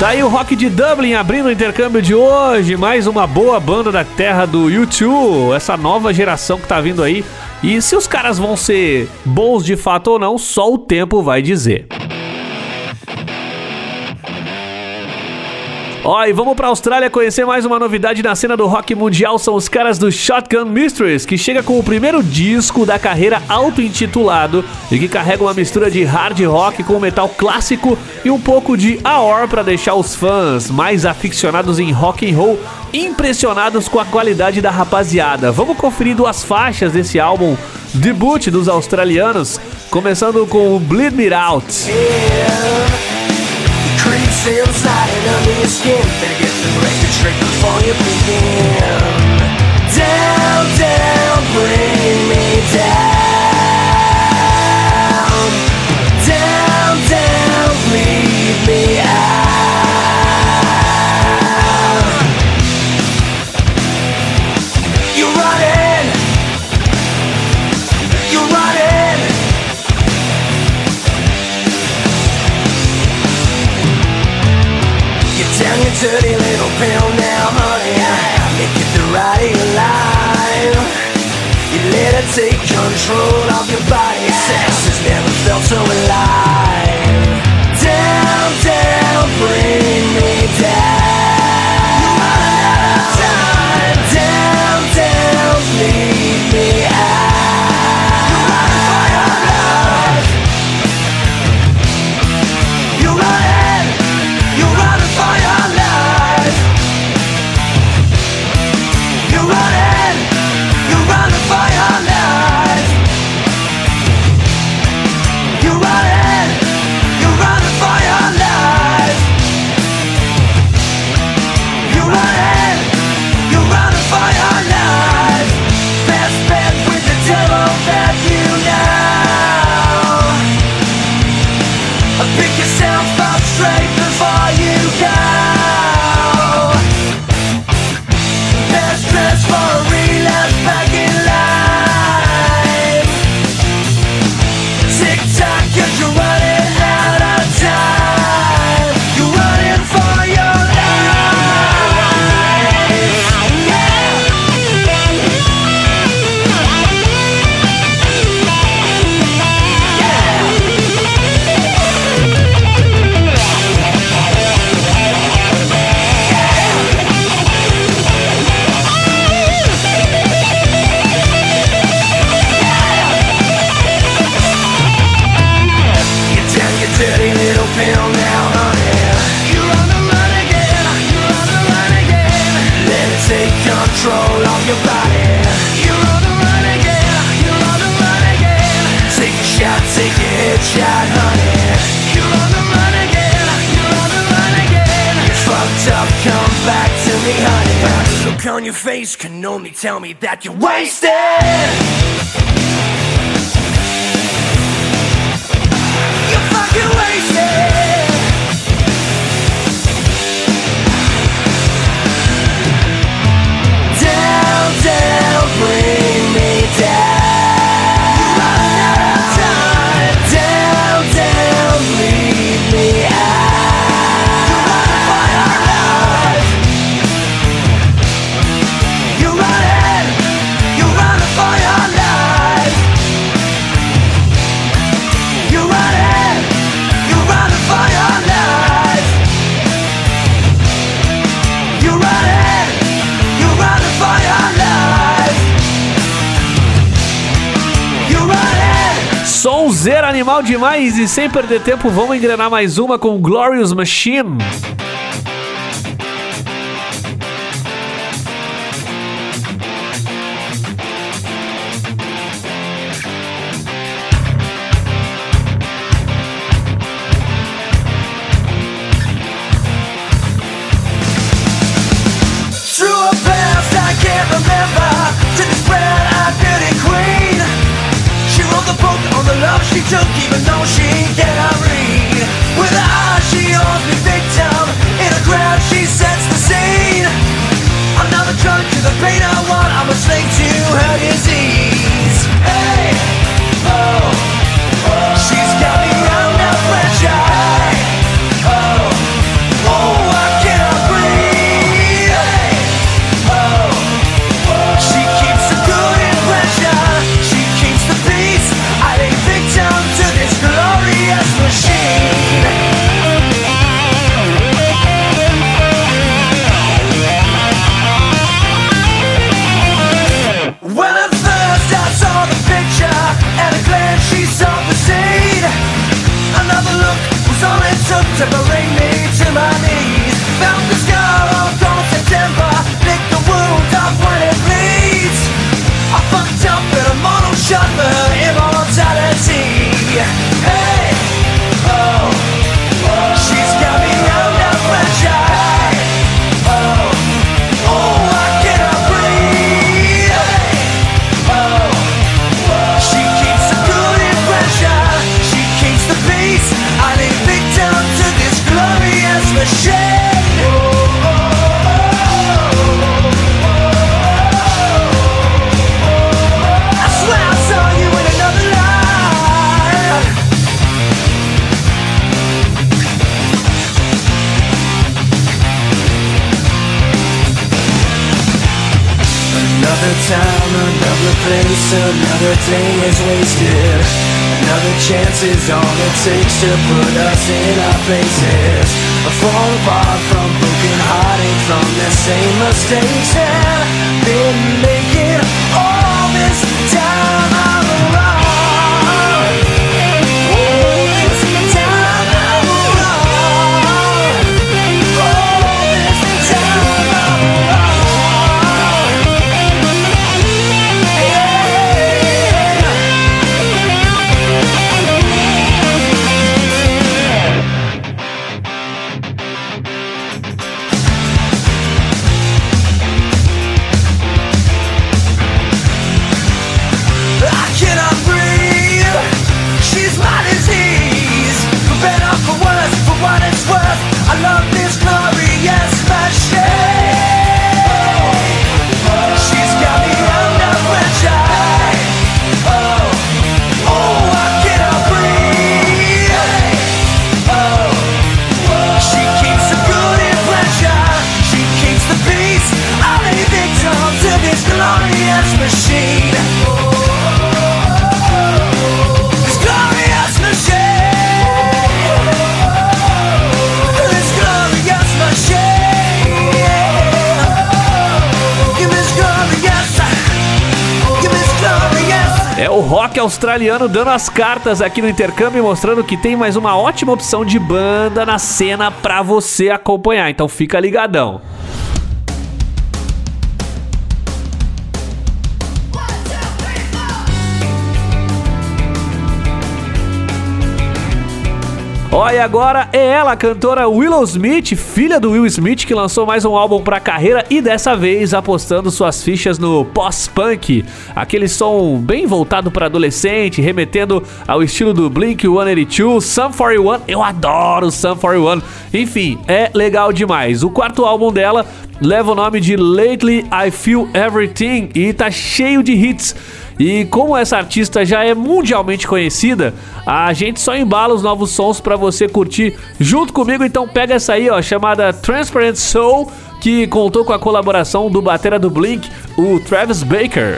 Tá aí o Rock de Dublin abrindo o intercâmbio de hoje. Mais uma boa banda da terra do U2. Essa nova geração que tá vindo aí. E se os caras vão ser bons de fato ou não, só o tempo vai dizer. Ó, e vamos pra Austrália conhecer mais uma novidade na cena do rock mundial. São os caras do Shotgun Mistress, que chega com o primeiro disco da carreira auto-intitulado e que carrega uma mistura de hard rock com metal clássico e um pouco de AOR para deixar os fãs mais aficionados em rock and roll impressionados com a qualidade da rapaziada. Vamos conferir 2 faixas desse álbum debut dos australianos, começando com o Bleed Me Out. Creeps inside and under your skin. Better get the record straight before you begin. Down, down, bring me down. Down, down, bleed me out. You're running. You're running. Down your dirty little pill now, honey. Make it the ride of your life. You let it take control of your body. Sex has never felt so alive. Down, down, bring me down. You're running out of time. Down, down, bleed me out. You're running for your life. You're running. You're running for your life. You're running. You're running for your life. You're running. You're running for your life. You're running. You're running for your life. Best bet with the devil that you know. Pick yourself up straight before you go. Best dress for a relapse back in line. Tick tock, 'cause you're running out of time. You're running for your dirty little pill now, honey. You're on the run again. You're on the run again. Let it take control of your body. You're on the run again. You're on the run again. Take a shot, take a headshot, honey. You're on the run again. You're on the run again. You're fucked up, come back to me, honey. The look on your face can only tell me that you're wasted. You're fucking wasted. Down, down, bring me down. You're running out of time. Down, down, bleed me out. You're running for your life. You're running. You're running for your life. You're running. You're running for your life. You're running. You're running for your life. You're running. Sonzeira animal demais, e sem perder tempo vamos engrenar mais uma com Glorious Machine. Through a past I can't remember, to this brand beauty queen. She wrote the book on the love she took, even though she cannot read. With her eyes she holds me victim, in a crowd she sets the scene. I'm not a drug to the pain I want, I'm a slave to her disease. Hey, oh, oh. She's got me under pressure. Oh, oh. Another time, another place, another day is wasted. Another chance is all it takes to put us in our places. Fall apart from broken hearted from the same mistakes, and didn't make it all this time I'm wrong. Oh, this time I'm wrong. Oh, this time I'm wrong. I cannot breathe. She's my disease. For better, for worse, for what it's worth, I love this glorious machine. She's got me under pressure. Oh, I cannot breathe. She keeps the good in pleasure. She keeps the peace. I lay victim to this glorious machine. This glorious machine. This glorious machine. Give me this glorious. Give me this glorious. É o rock australiano dando as cartas aqui no intercâmbio e mostrando que tem mais uma ótima opção de banda na cena pra você acompanhar. Então fica ligadão. Olha, agora é ela, a cantora Willow Smith, filha do Will Smith, que lançou mais um álbum pra carreira e dessa vez apostando suas fichas no post-punk, aquele som bem voltado para adolescente, remetendo ao estilo do Blink-182, Sum 41, eu adoro Sum 41, enfim, é legal demais. O quarto álbum dela leva o nome de Lately I Feel Everything e tá cheio de hits. E como essa artista já é mundialmente conhecida, a gente só embala os novos sons pra você curtir junto comigo. Então pega essa aí, ó, chamada Transparent Soul, que contou com a colaboração do batera do Blink, o Travis Baker.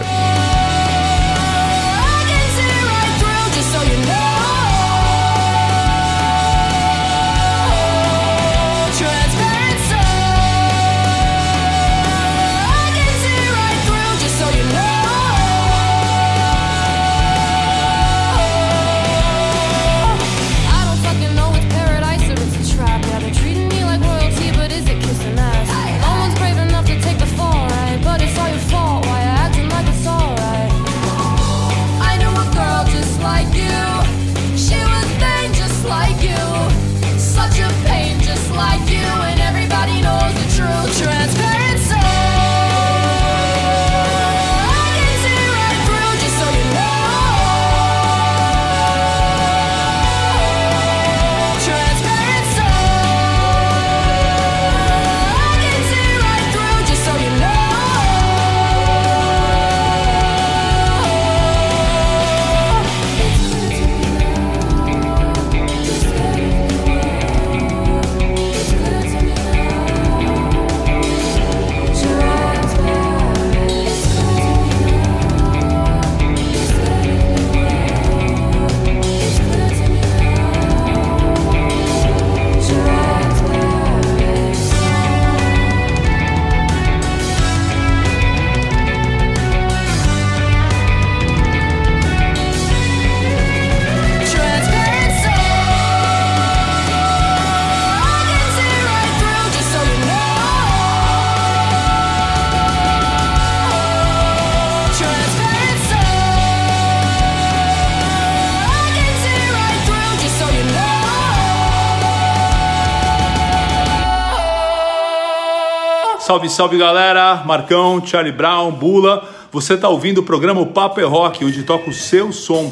Salve, salve galera, Marcão, Charlie Brown, Bula. Você tá ouvindo o programa O Papo é Rock, onde toca o seu som.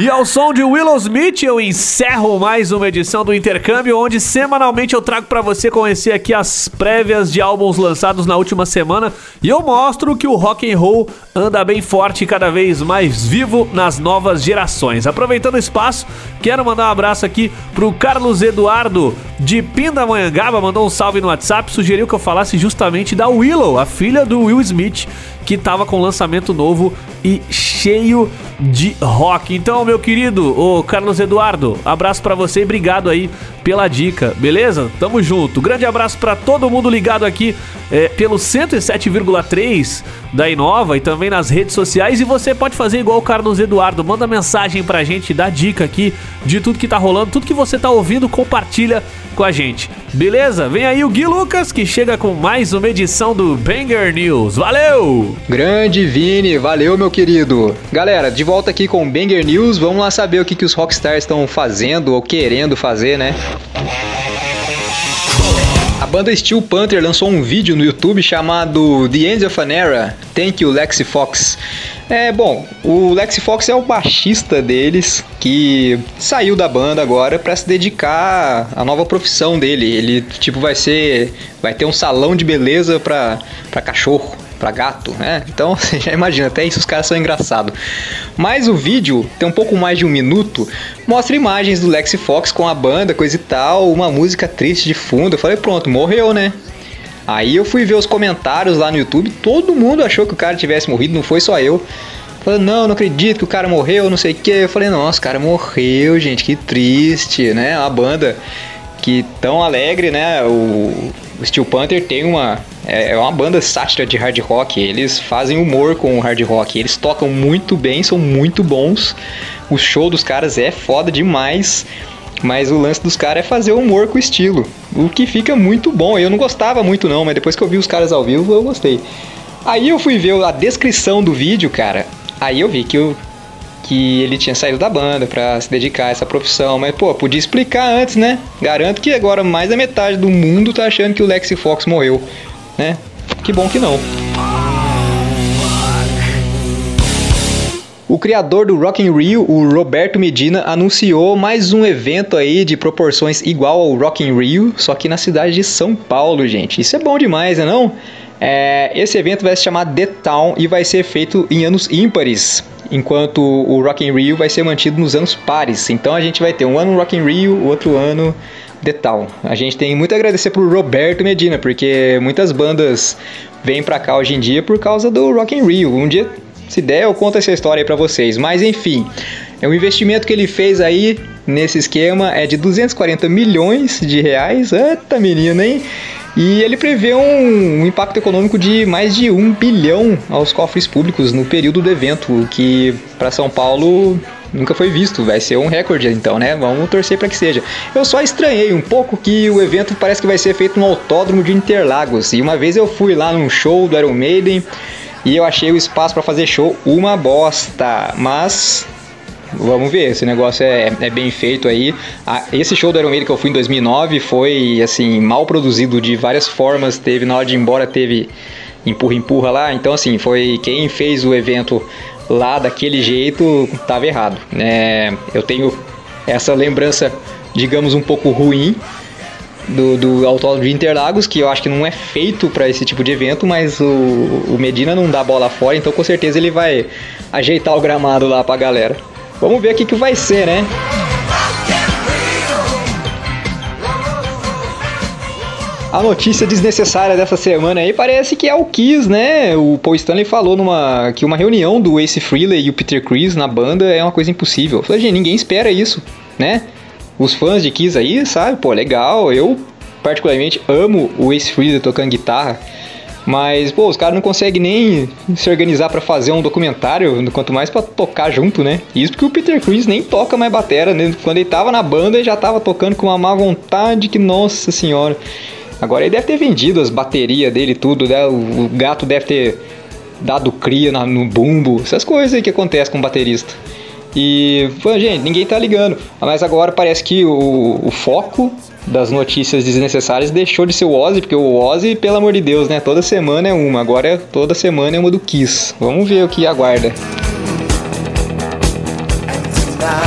E ao som de Willow Smith, eu encerro mais uma edição do Intercâmbio, onde semanalmente eu trago pra você conhecer aqui as prévias de álbuns lançados na última semana e eu mostro que o rock and roll anda bem forte e cada vez mais vivo nas novas gerações. Aproveitando o espaço, quero mandar um abraço aqui pro Carlos Eduardo de Pindamonhangaba, mandou um salve no WhatsApp, sugeriu que eu falasse justamente da Willow, a filha do Will Smith, que tava com lançamento novo e cheio de rock. Então, meu querido, ô Carlos Eduardo, abraço pra você e obrigado aí pela dica, beleza? Tamo junto. Grande abraço pra todo mundo ligado aqui pelo 107,3 da Inova e também nas redes sociais. E você pode fazer igual o Carlos Eduardo, manda mensagem pra gente, dá dica aqui de tudo que tá rolando, tudo que você tá ouvindo, compartilha com a gente, beleza? Vem aí o Gui Lucas, que chega com mais uma edição do Banger News. Valeu! Grande Vini, valeu meu querido. Galera, de volta aqui com o Banger News, vamos lá saber o que os rockstars estão fazendo ou querendo fazer, né? A banda Steel Panther lançou um vídeo no YouTube chamado The End of an Era, Thank You Lexi Fox. Bom, o Lexi Fox é o baixista deles, que saiu da banda agora pra se dedicar à nova profissão dele. Ele, vai ter um salão de beleza pra cachorro, pra gato, né? Então, você já imagina, até isso os caras são engraçados. Mas o vídeo tem um pouco mais de 1 minuto, mostra imagens do Lexi Fox com a banda, coisa e tal, uma música triste de fundo. Eu falei, pronto, morreu, né? Aí eu fui ver os comentários lá no YouTube, todo mundo achou que o cara tivesse morrido, não foi só eu. Falei, não acredito que o cara morreu, não sei o que. Eu falei, nossa, o cara morreu, gente, que triste, né? Uma banda que tão alegre, né? O Steel Panther tem uma banda sátira de hard rock, eles fazem humor com o hard rock, eles tocam muito bem, são muito bons, o show dos caras é foda demais. Mas o lance dos caras é fazer humor com o estilo, o que fica muito bom. Eu não gostava muito não, mas depois que eu vi os caras ao vivo, eu gostei. Aí eu fui ver a descrição do vídeo, cara. Aí eu vi que ele tinha saído da banda pra se dedicar a essa profissão. Mas, pô, podia explicar antes, né? Garanto que agora mais da metade do mundo tá achando que o Lexi Fox morreu, né? Que bom que não. O criador do Rock in Rio, o Roberto Medina, anunciou mais um evento aí de proporções igual ao Rock in Rio, só que na cidade de São Paulo, gente. Isso é bom demais, né não? Esse evento vai se chamar The Town e vai ser feito em anos ímpares, enquanto o Rock in Rio vai ser mantido nos anos pares. Então a gente vai ter um ano Rock in Rio, outro ano The Town. A gente tem muito a agradecer pro Roberto Medina, porque muitas bandas vêm pra cá hoje em dia por causa do Rock in Rio. Um dia, se der, eu conto essa história aí pra vocês. Mas enfim, o investimento que ele fez aí nesse esquema é de 240 milhões de reais. Eita menina, hein? E ele prevê um impacto econômico de mais de 1 bilhão aos cofres públicos no período do evento, o que para São Paulo nunca foi visto. Vai ser um recorde então, né? Vamos torcer para que seja. Eu só estranhei um pouco que o evento parece que vai ser feito no autódromo de Interlagos. E uma vez eu fui lá num show do Iron Maiden e eu achei o espaço para fazer show uma bosta, mas vamos ver, esse negócio é bem feito aí. Esse show do Iron Maiden que eu fui em 2009 foi, assim, mal produzido de várias formas. Teve, na hora de ir embora, teve empurra lá. Então, assim, foi quem fez o evento lá daquele jeito, tava errado. Eu tenho essa lembrança, digamos, um pouco ruim do Autódromo de Interlagos, que eu acho que não é feito para esse tipo de evento, mas o Medina não dá bola fora, então com certeza ele vai ajeitar o gramado lá pra galera. Vamos ver o que vai ser, né? A notícia desnecessária dessa semana aí parece que é o Kiss, né? O Paul Stanley falou que uma reunião do Ace Frehley e o Peter Criss na banda é uma coisa impossível. Eu falei, gente, ninguém espera isso, né? Os fãs de Kiss aí, sabe? Pô, legal. Eu, particularmente, amo o Ace Frehley tocando guitarra. Mas, pô, os caras não conseguem nem se organizar pra fazer um documentário, quanto mais pra tocar junto, né? Isso porque o Peter Criss nem toca mais batera, né? Quando ele tava na banda, ele já tava tocando com uma má vontade que, nossa senhora. Agora ele deve ter vendido as baterias dele e tudo, né? O gato deve ter dado cria no bumbo, essas coisas aí que acontecem com o baterista. E, gente, ninguém tá ligando. Mas agora parece que o foco das notícias desnecessárias deixou de ser o Ozzy, porque o Ozzy, pelo amor de Deus, né? Toda semana é uma, agora toda semana é uma do Kiss. Vamos ver o que aguarda.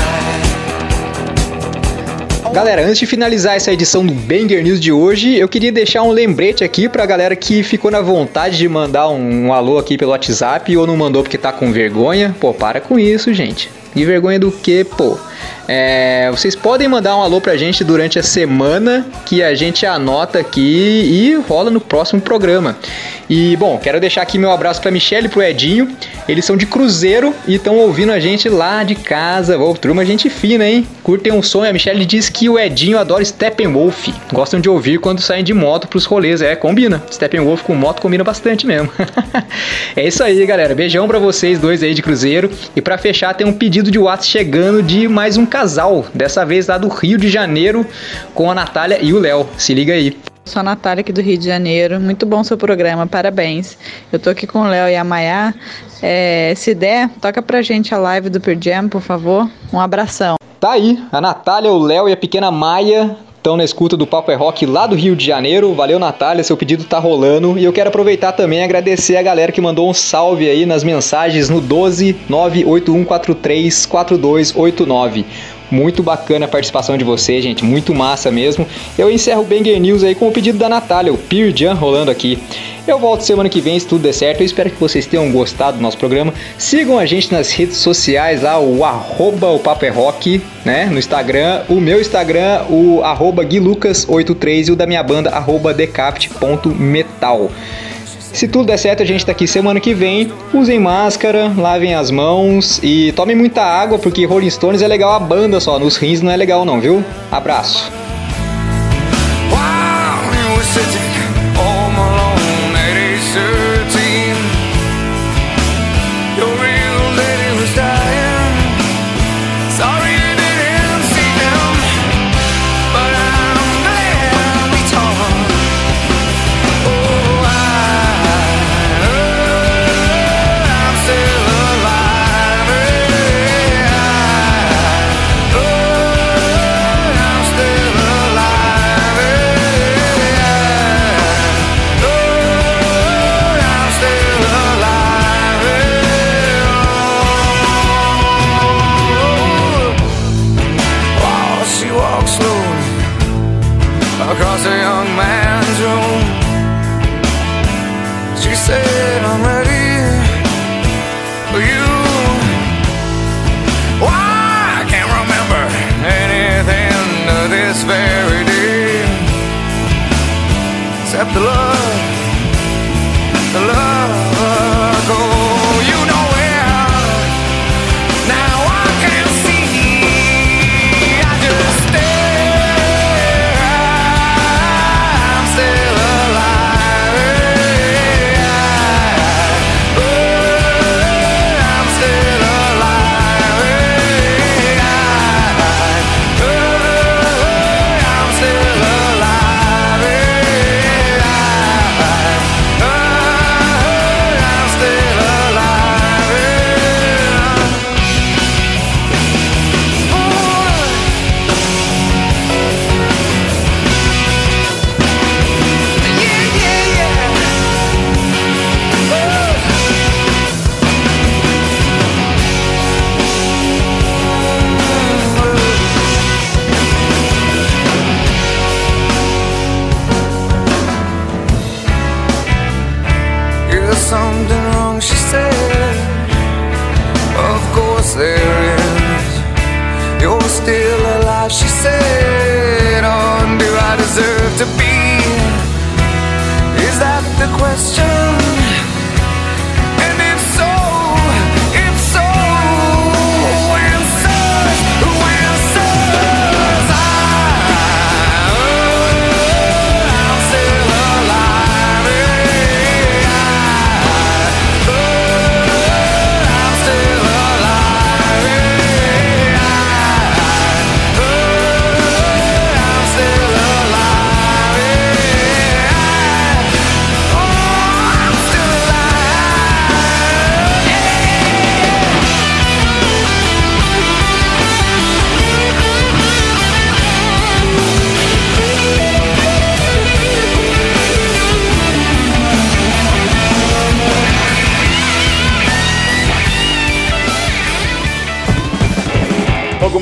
Galera, antes de finalizar essa edição do Banger News de hoje, eu queria deixar um lembrete aqui pra galera que ficou na vontade de mandar um alô aqui pelo WhatsApp ou não mandou porque tá com vergonha. Pô, para com isso, gente. E vergonha do quê, pô? Vocês podem mandar um alô pra gente durante a semana que a gente anota aqui e rola no próximo programa. E, bom, quero deixar aqui meu abraço pra Michelle e pro Edinho. Eles são de Cruzeiro e estão ouvindo a gente lá de casa. Ô, turma, gente fina, hein? Curtem um som. A Michelle diz que o Edinho adora Steppenwolf. Gostam de ouvir quando saem de moto pros rolês. Combina. Steppenwolf com moto combina bastante mesmo. É isso aí, galera. Beijão pra vocês dois aí de Cruzeiro. E pra fechar, tem um pedido de WhatsApp chegando de mais um casal. Dessa vez lá do Rio de Janeiro, com a Natália e o Léo. Se liga aí. Sou a Natália aqui do Rio de Janeiro, muito bom seu programa, parabéns. Eu tô aqui com o Léo e a Maiá, se der, toca pra gente a live do Pearl Jam, por favor, um abração. Tá aí, a Natália, o Léo e a pequena Maia estão na escuta do Papo é Rock lá do Rio de Janeiro. Valeu, Natália, seu pedido tá rolando. E eu quero aproveitar também e agradecer a galera que mandou um salve aí nas mensagens no 12981434289. Muito bacana a participação de vocês, gente, muito massa mesmo. Eu encerro o Banger News aí com o pedido da Natália, o Pearl Jam rolando aqui. Eu volto semana que vem, se tudo der certo. Eu espero que vocês tenham gostado do nosso programa. Sigam a gente nas redes sociais lá, o Papo é Rock, né, no Instagram. O meu Instagram, o @guilucas83 e o da minha banda, @decapt.metal. Se tudo der certo, a gente tá aqui semana que vem. Usem máscara, lavem as mãos e tomem muita água, porque Rolling Stones é legal a banda só, nos rins não é legal não, viu? Abraço! Across a young man's room, she said, I'm ready for you. Well, I can't remember anything to this very day, except the love go, you know where. Now I can't see, I just stay. Something wrong, she said. Of course there is. You're still alive, she said. Oh, do I deserve to be? Is that the question? And if so, answers, I'm still alive. I'm still alive.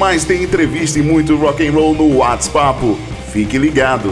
Mas tem entrevista e muito rock and roll no WhatsApp. Fique ligado.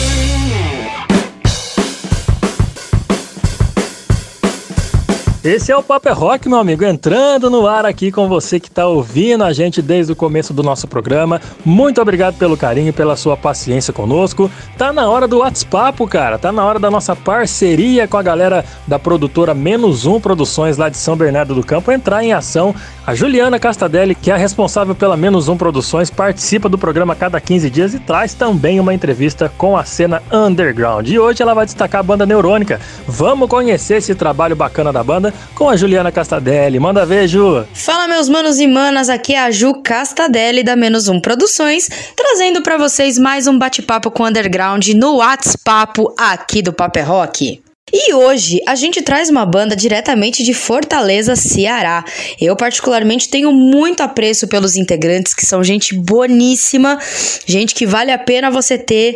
Esse é o Papo é Rock, meu amigo, entrando no ar aqui com você que tá ouvindo a gente desde o começo do nosso programa. Muito obrigado pelo carinho e pela sua paciência conosco. Tá na hora do WhatsApp, cara. Tá na hora da nossa parceria com a galera da produtora Menos Um Produções lá de São Bernardo do Campo entrar em ação. A Juliana Castadelli, que é a responsável pela Menos Um Produções, participa do programa a cada 15 dias e traz também uma entrevista com a cena underground. E hoje ela vai destacar a banda Neurônica. Vamos conhecer esse trabalho bacana da banda com a Juliana Castadelli. Manda ver, Ju! Fala, meus manos e manas, aqui é a Ju Castadelli da Menos Um Produções, trazendo pra vocês mais um bate-papo com o underground no WhatsApp aqui do Papo é Rock. E hoje a gente traz uma banda diretamente de Fortaleza, Ceará. Eu particularmente tenho muito apreço pelos integrantes, que são gente boníssima, gente que vale a pena você ter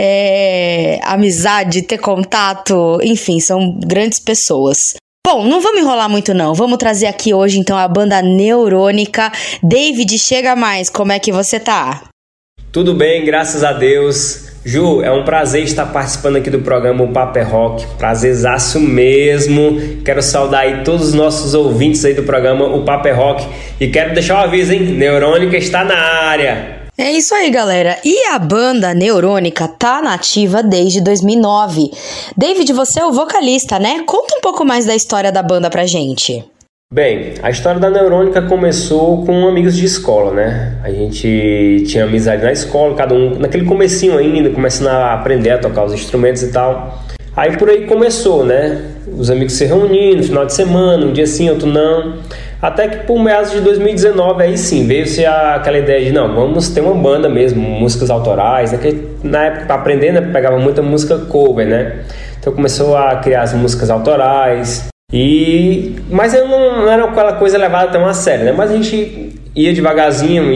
amizade, ter contato, enfim, são grandes pessoas. Bom, não vamos enrolar muito não, vamos trazer aqui hoje então a banda Neurônica. David, chega mais, como é que você tá? Tudo bem, graças a Deus. Ju, é um prazer estar participando aqui do programa O Papo é Rock, prazerzaço mesmo. Quero saudar aí todos os nossos ouvintes aí do programa O Papo é Rock e quero deixar um aviso, hein, Neurônica está na área. É isso aí, galera. E a banda Neurônica tá nativa desde 2009. David, você é o vocalista, né? Conta um pouco mais da história da banda pra gente. Bem, a história da Neurônica começou com amigos de escola, né? A gente tinha amizade na escola, cada um naquele comecinho ainda, começando a aprender a tocar os instrumentos e tal. Aí por aí começou, né? Os amigos se reunindo no final de semana, um dia sim, outro não. Até que por meados de 2019, aí sim, veio-se aquela ideia de, não, vamos ter uma banda mesmo, músicas autorais, né? Que na época, para aprender, né, pegava muita música cover, né? Então começou a criar as músicas autorais. Mas eu não era aquela coisa levada tão a sério, né? Mas a gente ia devagarzinho,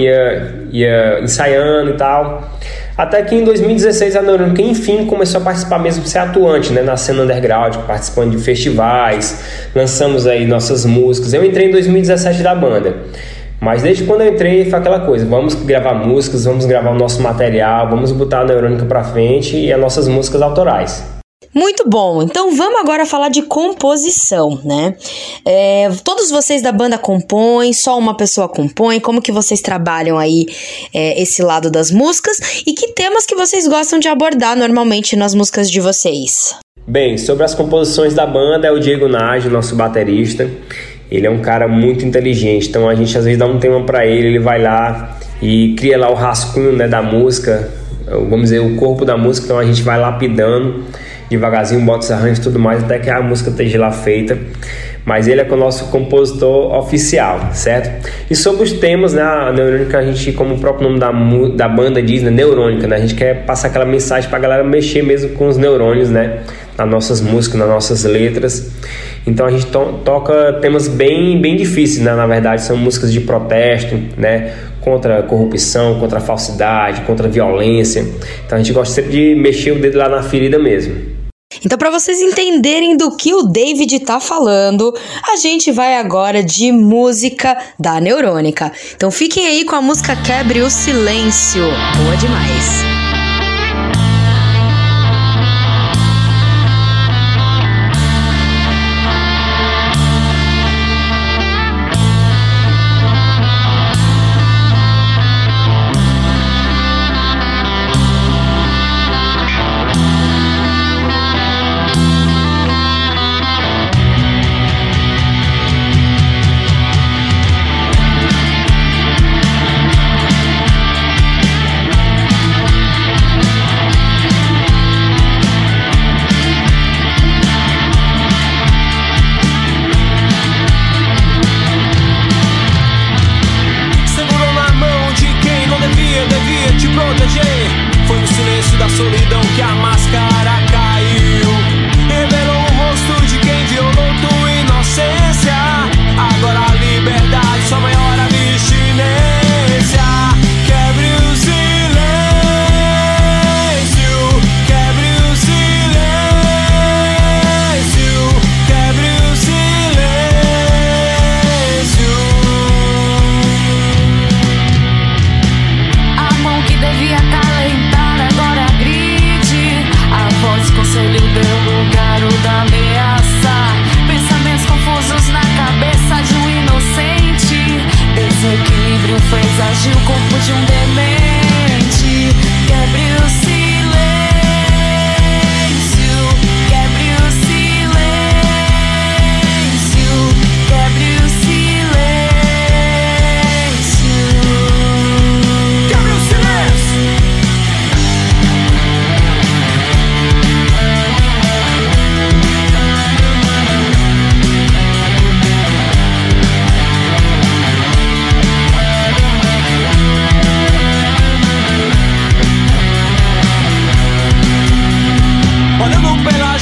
ia ensaiando e tal. Até que em 2016 a Neurônica, enfim, começou a participar mesmo, ser atuante, né, na cena underground, participando de festivais, lançamos aí nossas músicas. Eu entrei em 2017 da banda, mas desde quando eu entrei foi aquela coisa, vamos gravar músicas, vamos gravar o nosso material, vamos botar a Neurônica pra frente e as nossas músicas autorais. Muito bom, então vamos agora falar de composição, né? Todos vocês da banda compõem, só uma pessoa compõe, como que vocês trabalham aí esse lado das músicas e que temas que vocês gostam de abordar normalmente nas músicas de vocês? Bem, sobre as composições da banda é o Diego Nage, nosso baterista. Ele é um cara muito inteligente, então a gente às vezes dá um tema pra ele, ele vai lá e cria lá o rascunho, né, da música, vamos dizer, o corpo da música, então a gente vai lapidando devagarzinho, bota os arranjos e tudo mais, até que a música esteja lá feita. Mas ele é o nosso compositor oficial, certo? E sobre os temas, né, a Neurônica, a gente, como o próprio nome da banda diz, né, Neurônica, né, a gente quer passar aquela mensagem pra galera mexer mesmo com os neurônios, né, nas nossas músicas, nas nossas letras. Então a gente toca temas bem difíceis, né, na verdade são músicas de protesto, né, contra a corrupção, contra a falsidade, contra a violência. Então a gente gosta sempre de mexer o dedo lá na ferida mesmo. Então, para vocês entenderem do que o David tá falando, a gente vai agora de música da Neurônica. Então fiquem aí com a música Quebre o Silêncio. Boa demais.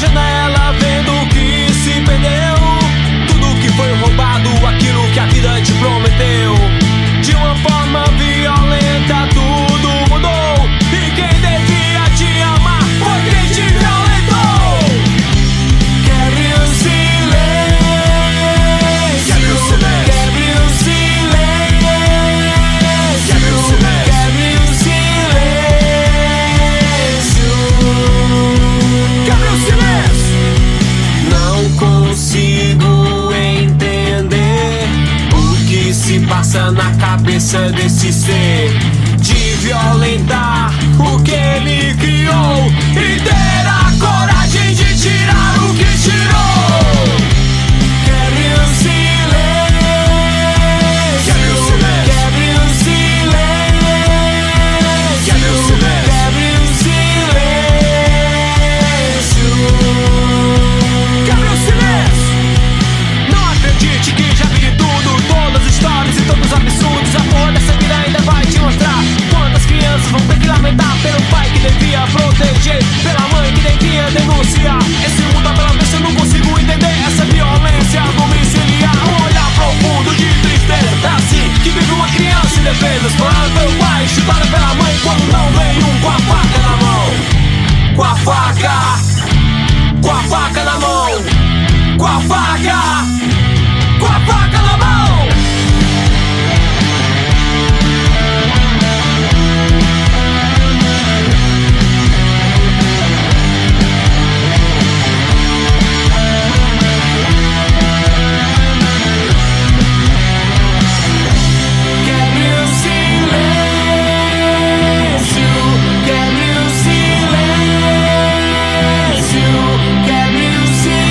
janela vendo o que se perdeu, tudo que foi roubado, aquilo que a vida te prometeu. De uma forma violenta tudo mudou, e quem devia te amar foi quem te violentou. Quebre o silêncio, quebre o silêncio, quebre o silêncio, quebre o silêncio, quebre o silêncio. Não consigo entender o que se passa na cabeça desse ser, de violentar o que ele criou e ter a coragem de tirar o que tirou. Quebre o silêncio, quebre o silêncio, quebre o silêncio, quebre o silêncio, quebre o silêncio, quebre o silêncio. Não acredite que já vi tudo, todas as histórias e todos os absurdos. A porra dessa vida ainda vai te mostrar quantas crianças vão ter que lamentar pelo pai que devia proteger, pela mãe que devia denunciar. Esse mundo à pela vez eu não consigo entender essa violência domiciliar. Um olhar profundo de tristeza, é assim que vive uma criança indefesa, explorada pelo pai, chutada pela mãe quando não vem um com a faca na mão. Com a faca na mão, com a faca na mão. Quebre o silêncio, quebre o silêncio, quebre o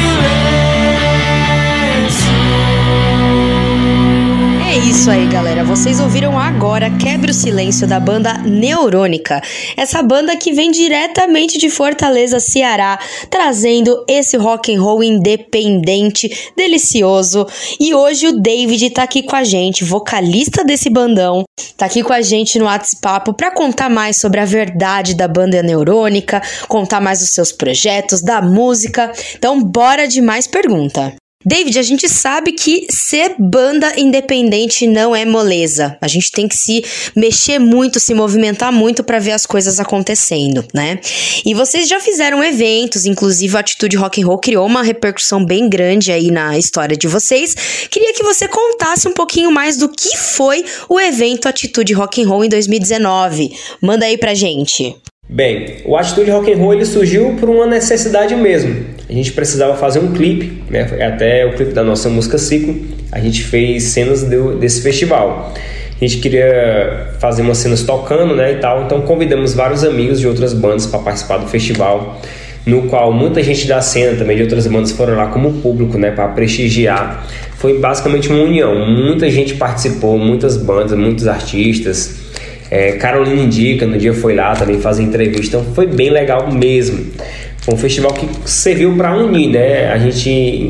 silêncio. É isso aí, galera. Vocês ouviram agora Quebre o Silêncio da banda Neurônica. Essa banda que vem diretamente de Fortaleza, Ceará, trazendo esse rock and roll independente, delicioso. E hoje o David tá aqui com a gente, vocalista desse bandão, tá aqui com a gente no WhatsApp para contar mais sobre a verdade da banda Neurônica, contar mais dos seus projetos, da música. Então, bora de mais pergunta. David, a gente sabe que ser banda independente não é moleza. A gente tem que se mexer muito, se movimentar muito para ver as coisas acontecendo, né? E vocês já fizeram eventos, inclusive a Atitude Rock and Roll criou uma repercussão bem grande aí na história de vocês. Queria que você contasse um pouquinho mais do que foi o evento Atitude Rock and Roll em 2019. Manda aí pra gente. Bem, o Atitude Rock and Roll ele surgiu por uma necessidade mesmo. A gente precisava fazer um clipe, né? Até o clipe da nossa música Ciclo, a gente fez cenas desse festival. A gente queria fazer umas cenas tocando, né, e tal, então convidamos vários amigos de outras bandas para participar do festival, no qual muita gente da cena também de outras bandas foram lá como público, né, para prestigiar. Foi basicamente uma união, muita gente participou, muitas bandas, muitos artistas. Carolina Indica no dia foi lá também fazer entrevista, então foi bem legal mesmo. Foi um festival que serviu para unir, né? A gente,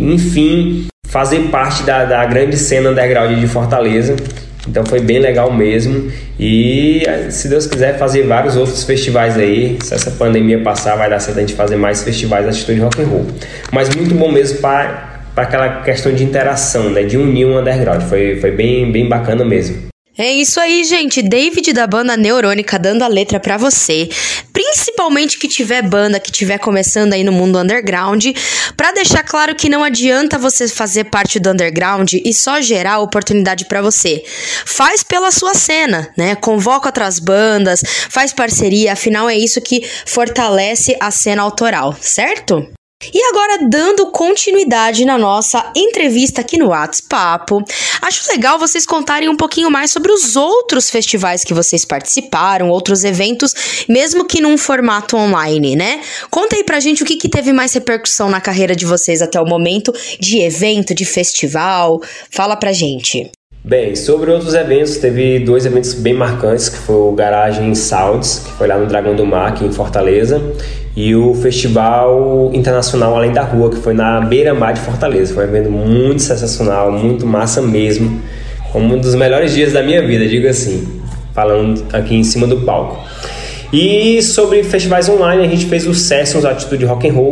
enfim, fazer parte da grande cena underground de Fortaleza. Então foi bem legal mesmo. E se Deus quiser fazer vários outros festivais aí, se essa pandemia passar, vai dar certo a gente fazer mais festivais da Atitude Rock and Roll. Mas muito bom mesmo para aquela questão de interação, né? De unir um underground. Foi bem bacana mesmo. É isso aí, gente. David da banda Neurônica dando a letra pra você, principalmente que tiver banda, que tiver começando aí no mundo underground, pra deixar claro que não adianta você fazer parte do underground e só gerar oportunidade pra você. Faz pela sua cena, né? Convoca outras bandas, faz parceria, afinal é isso que fortalece a cena autoral, certo? E agora, dando continuidade na nossa entrevista aqui no WhatsApp, acho legal vocês contarem um pouquinho mais sobre os outros festivais que vocês participaram, outros eventos, mesmo que num formato online, né? Conta aí pra gente o que teve mais repercussão na carreira de vocês até o momento, de evento, de festival. Fala pra gente. Bem, sobre outros eventos, teve 2 eventos bem marcantes, que foi o Garagem Sounds, que foi lá no Dragão do Mar, aqui em Fortaleza, e o Festival Internacional Além da Rua, que foi na Beira-Mar de Fortaleza. Foi um evento muito sensacional, muito massa mesmo, como um dos melhores dias da minha vida, digo assim, falando aqui em cima do palco. E sobre festivais online, a gente fez o Sessions Atitude Rock and Roll, que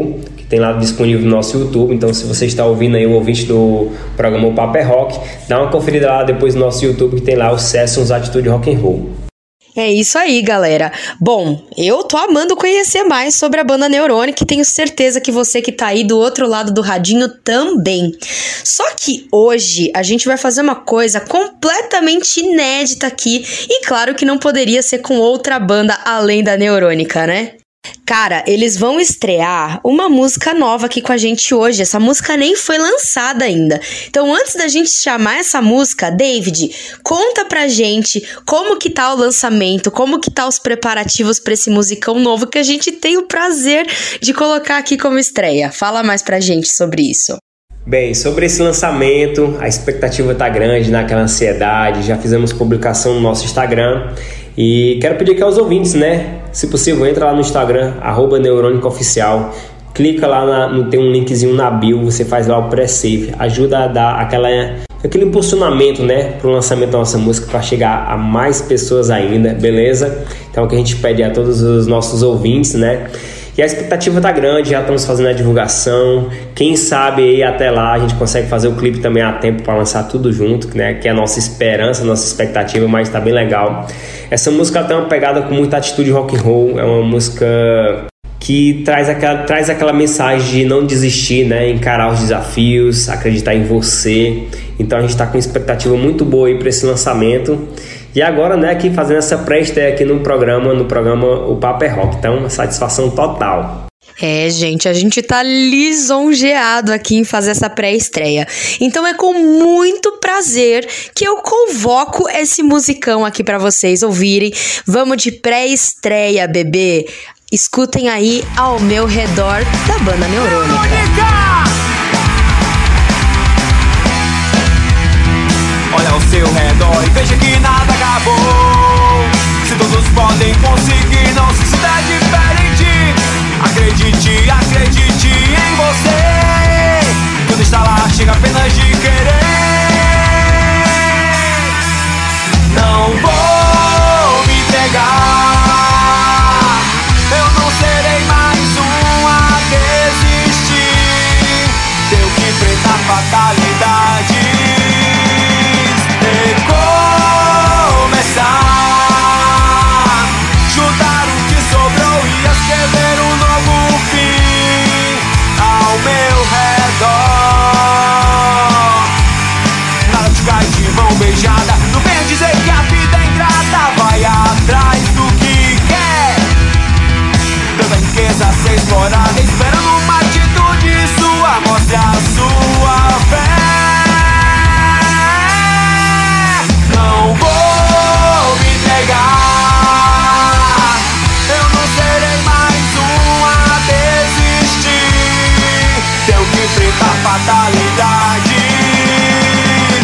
tem lá disponível no nosso YouTube. Então, se você está ouvindo aí o ouvinte do programa O Papo é Rock, dá uma conferida lá depois no nosso YouTube, que tem lá os Sessions Atitude Rock and Roll. É isso aí, galera. Bom, eu tô amando conhecer mais sobre a banda Neurônica e tenho certeza que você que tá aí do outro lado do radinho também. Só que hoje a gente vai fazer uma coisa completamente inédita aqui e claro que não poderia ser com outra banda além da Neurônica, né? Cara, eles vão estrear uma música nova aqui com a gente hoje. Essa música nem foi lançada ainda. Então, antes da gente chamar essa música, David, conta pra gente como que tá o lançamento, como que tá os preparativos pra esse musicão novo que a gente tem o prazer de colocar aqui como estreia. Fala mais pra gente sobre isso. Bem, sobre esse lançamento, a expectativa tá grande, naquela ansiedade. Já fizemos publicação no nosso Instagram. E quero pedir aqui aos ouvintes, né? Se possível, entra lá no Instagram, @neurônicaoficial. Clica lá, tem um linkzinho na bio, você faz lá o pré-save. Ajuda a dar aquele impulsionamento, né? Pro lançamento da nossa música, para chegar a mais pessoas ainda, beleza? Então, o que a gente pede a todos os nossos ouvintes, né? E a expectativa tá grande, já estamos fazendo a divulgação. Quem sabe aí até lá a gente consegue fazer o clipe também a tempo para lançar tudo junto, né? Que é a nossa esperança, a nossa expectativa, mas tá bem legal. Essa música tem uma pegada com muita atitude rock and roll, é uma música que traz aquela mensagem de não desistir, né? Encarar os desafios, acreditar em você. Então a gente tá com uma expectativa muito boa aí para esse lançamento. E agora, né, aqui fazendo essa pré-estreia aqui no programa O Papo é Rock. Então, satisfação total. É, gente, a gente tá lisonjeado aqui em fazer essa pré-estreia. Então é com muito prazer que eu convoco esse musicão aqui pra vocês ouvirem. Vamos de pré-estreia, bebê. Escutem aí Ao Meu Redor, da banda Neurônica. Olha ao seu redor e veja que nada acabou. Se todos podem conseguir, não se sinta diferente. Acredite, acredite em você. Quando está lá, chega apenas de querer. Não vou me entregar. Eu não serei mais um a desistir. Tenho que enfrentar a fatalidade. Juntar o que sobrou e escrever um novo fim ao meu redor. Nada te cai de mão beijada. Não venha dizer que a vida é ingrata. Vai atrás do que quer. Tanta riqueza a ser explorada, esperando uma atitude sua. Mostre a sua fé. Não vou me negar. Enfrentar fatalidades,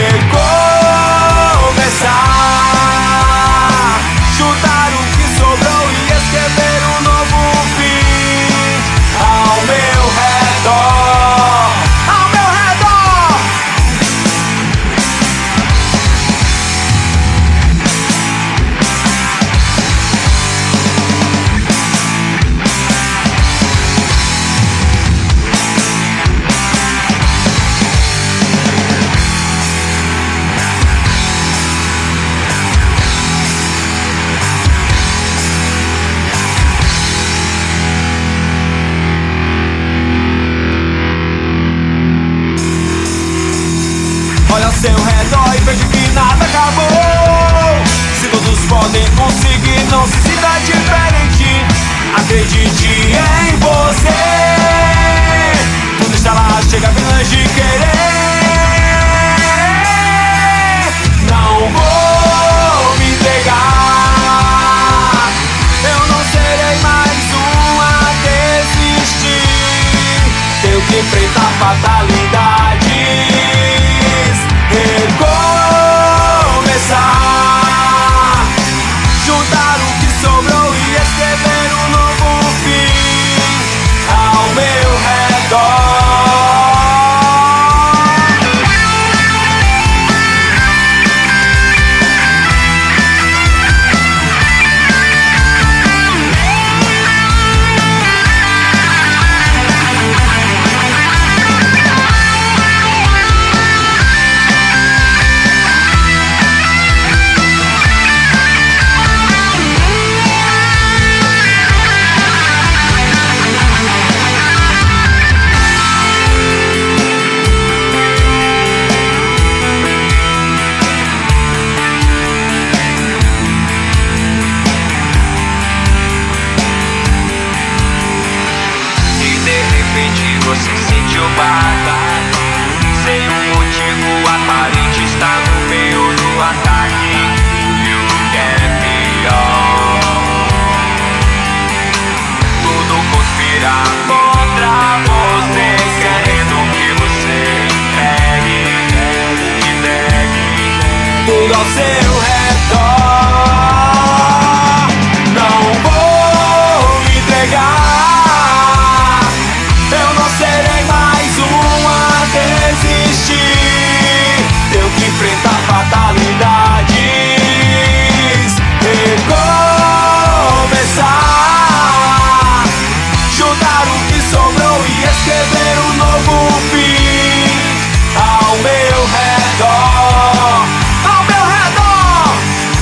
recomeçar, juntar o que sobrou e escrever um novo fim ao meu redor, ao meu redor. Olha ao seu redor e veja que nada acabou. Se todos podem conseguir, não se sinta diferente. Acredite em você. Quando está lá, chega apenas de querer. Não vou me entregar. Eu não serei mais um a desistir. Tenho que enfrentar fatalidades. Recomeçar, juntar o que sobrou e escrever um novo fim ao meu redor. repente você sentiu barra. Sem um motivo aparente, está no meio do ataque. E o que é pior, tudo conspira contra você, querendo que você negue tudo ao seu redor. Não vou me entregar, eu não serei mais um a desistir. Tenho que enfrentar fatalidades, recomeçar, juntar o que sobrou e escrever um novo fim ao meu redor, ao meu redor.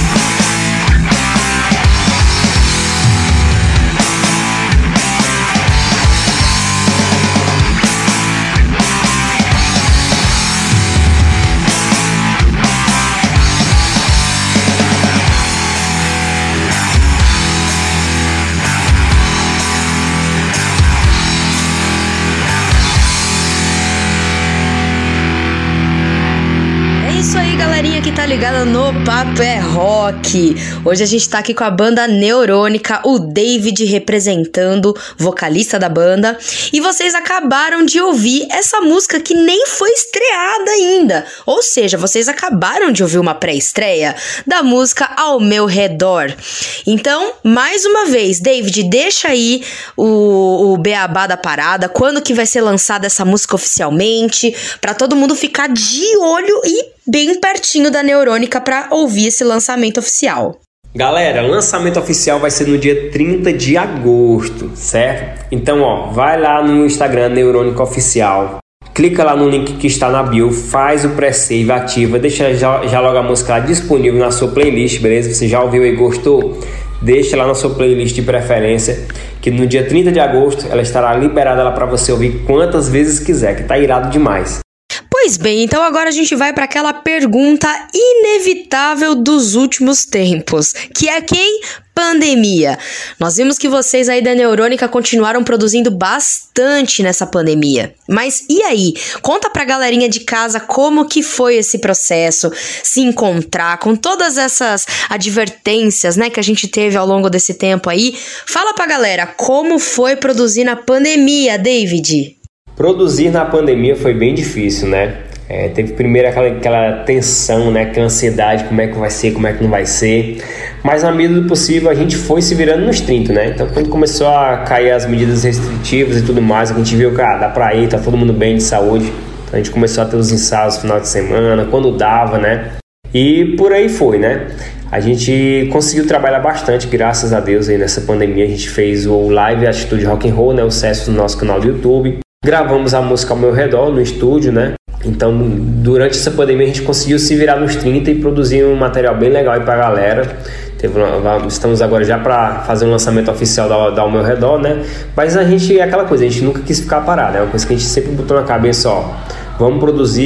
É isso aí, galerinha que tá ligada no Papo é Rock. Hoje a gente tá aqui com a banda Neurônica, o David representando, vocalista da banda. E vocês acabaram de ouvir essa música que nem foi estreada ainda. Ou seja, vocês acabaram de ouvir uma pré-estreia da música Ao Meu Redor. Então, mais uma vez, David, deixa aí o beabá da parada. Quando que vai ser lançada essa música oficialmente? Pra todo mundo ficar de olho e bem pertinho da Neurônica pra ouvir esse lançamento oficial. Galera, o lançamento oficial vai ser no dia 30 de agosto, certo? Então, ó, vai lá no Instagram Neurônica Oficial, clica lá no link que está na bio, faz o pré-save, ativa, deixa já logo a música lá disponível na sua playlist, beleza? Você já ouviu e gostou? Deixa lá na sua playlist de preferência, que no dia 30 de agosto ela estará liberada lá para você ouvir quantas vezes quiser, que tá irado demais. Pois bem, então agora a gente vai para aquela pergunta inevitável dos últimos tempos, que é quem? Pandemia. Nós vimos que vocês aí da Neurônica continuaram produzindo bastante nessa pandemia. Mas e aí? Conta pra galerinha de casa como que foi esse processo, se encontrar com todas essas advertências, né, que a gente teve ao longo desse tempo aí. Fala pra galera, como foi produzir na pandemia, David? Produzir na pandemia foi bem difícil, né? Teve primeiro aquela tensão, né? Aquela ansiedade, como é que vai ser, como é que não vai ser. Mas na medida do possível a gente foi se virando nos 30, né? Então quando começou a cair as medidas restritivas e tudo mais, a gente viu que dá pra ir, tá todo mundo bem de saúde. Então a gente começou a ter os ensaios no final de semana, quando dava, né? E por aí foi, né? A gente conseguiu trabalhar bastante, graças a Deus, aí nessa pandemia. A gente fez o Live Atitude Rock and Roll, né? O sucesso do nosso canal do YouTube. Gravamos a música Ao Meu Redor no estúdio, né? Então, durante essa pandemia, a gente conseguiu se virar nos 30 e produzir um material bem legal aí pra galera. Estamos agora já para fazer um lançamento oficial da Ao Meu Redor, né? Mas a gente, é aquela coisa, a gente nunca quis ficar parado. É uma coisa que a gente sempre botou na cabeça, ó. Vamos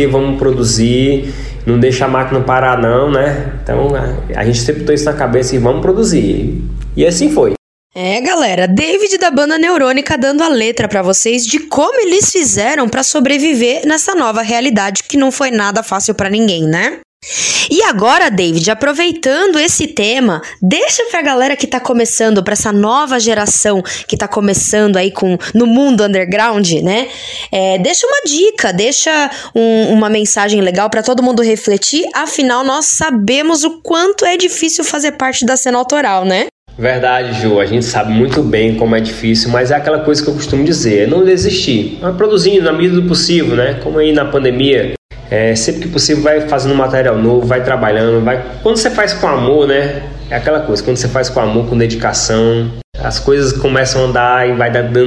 produzir, não deixa a máquina parar não, né? Então, a gente sempre botou isso na cabeça e vamos produzir. E assim foi. Galera, David da banda Neurônica dando a letra pra vocês de como eles fizeram pra sobreviver nessa nova realidade que não foi nada fácil pra ninguém, né? E agora, David, aproveitando esse tema, deixa pra galera que tá começando, pra essa nova geração que tá começando aí no mundo underground, né? Deixa uma dica, deixa uma mensagem legal pra todo mundo refletir, afinal nós sabemos o quanto é difícil fazer parte da cena autoral, né? Verdade, Ju, a gente sabe muito bem como é difícil, mas é aquela coisa que eu costumo dizer, é não desistir, vai produzindo na medida do possível, né? Como aí na pandemia, sempre que possível vai fazendo material novo, vai trabalhando, quando você faz com amor, né? É aquela coisa, quando você faz com amor, com dedicação, as coisas começam a andar e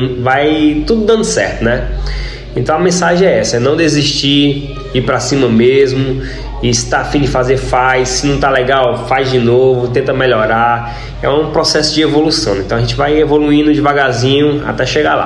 vai tudo dando certo, né? Então a mensagem é essa, é não desistir, ir pra cima mesmo. E se tá afim de fazer, faz. Se não tá legal, faz de novo, tenta melhorar. É um processo de evolução. Então a gente vai evoluindo devagarzinho até chegar lá.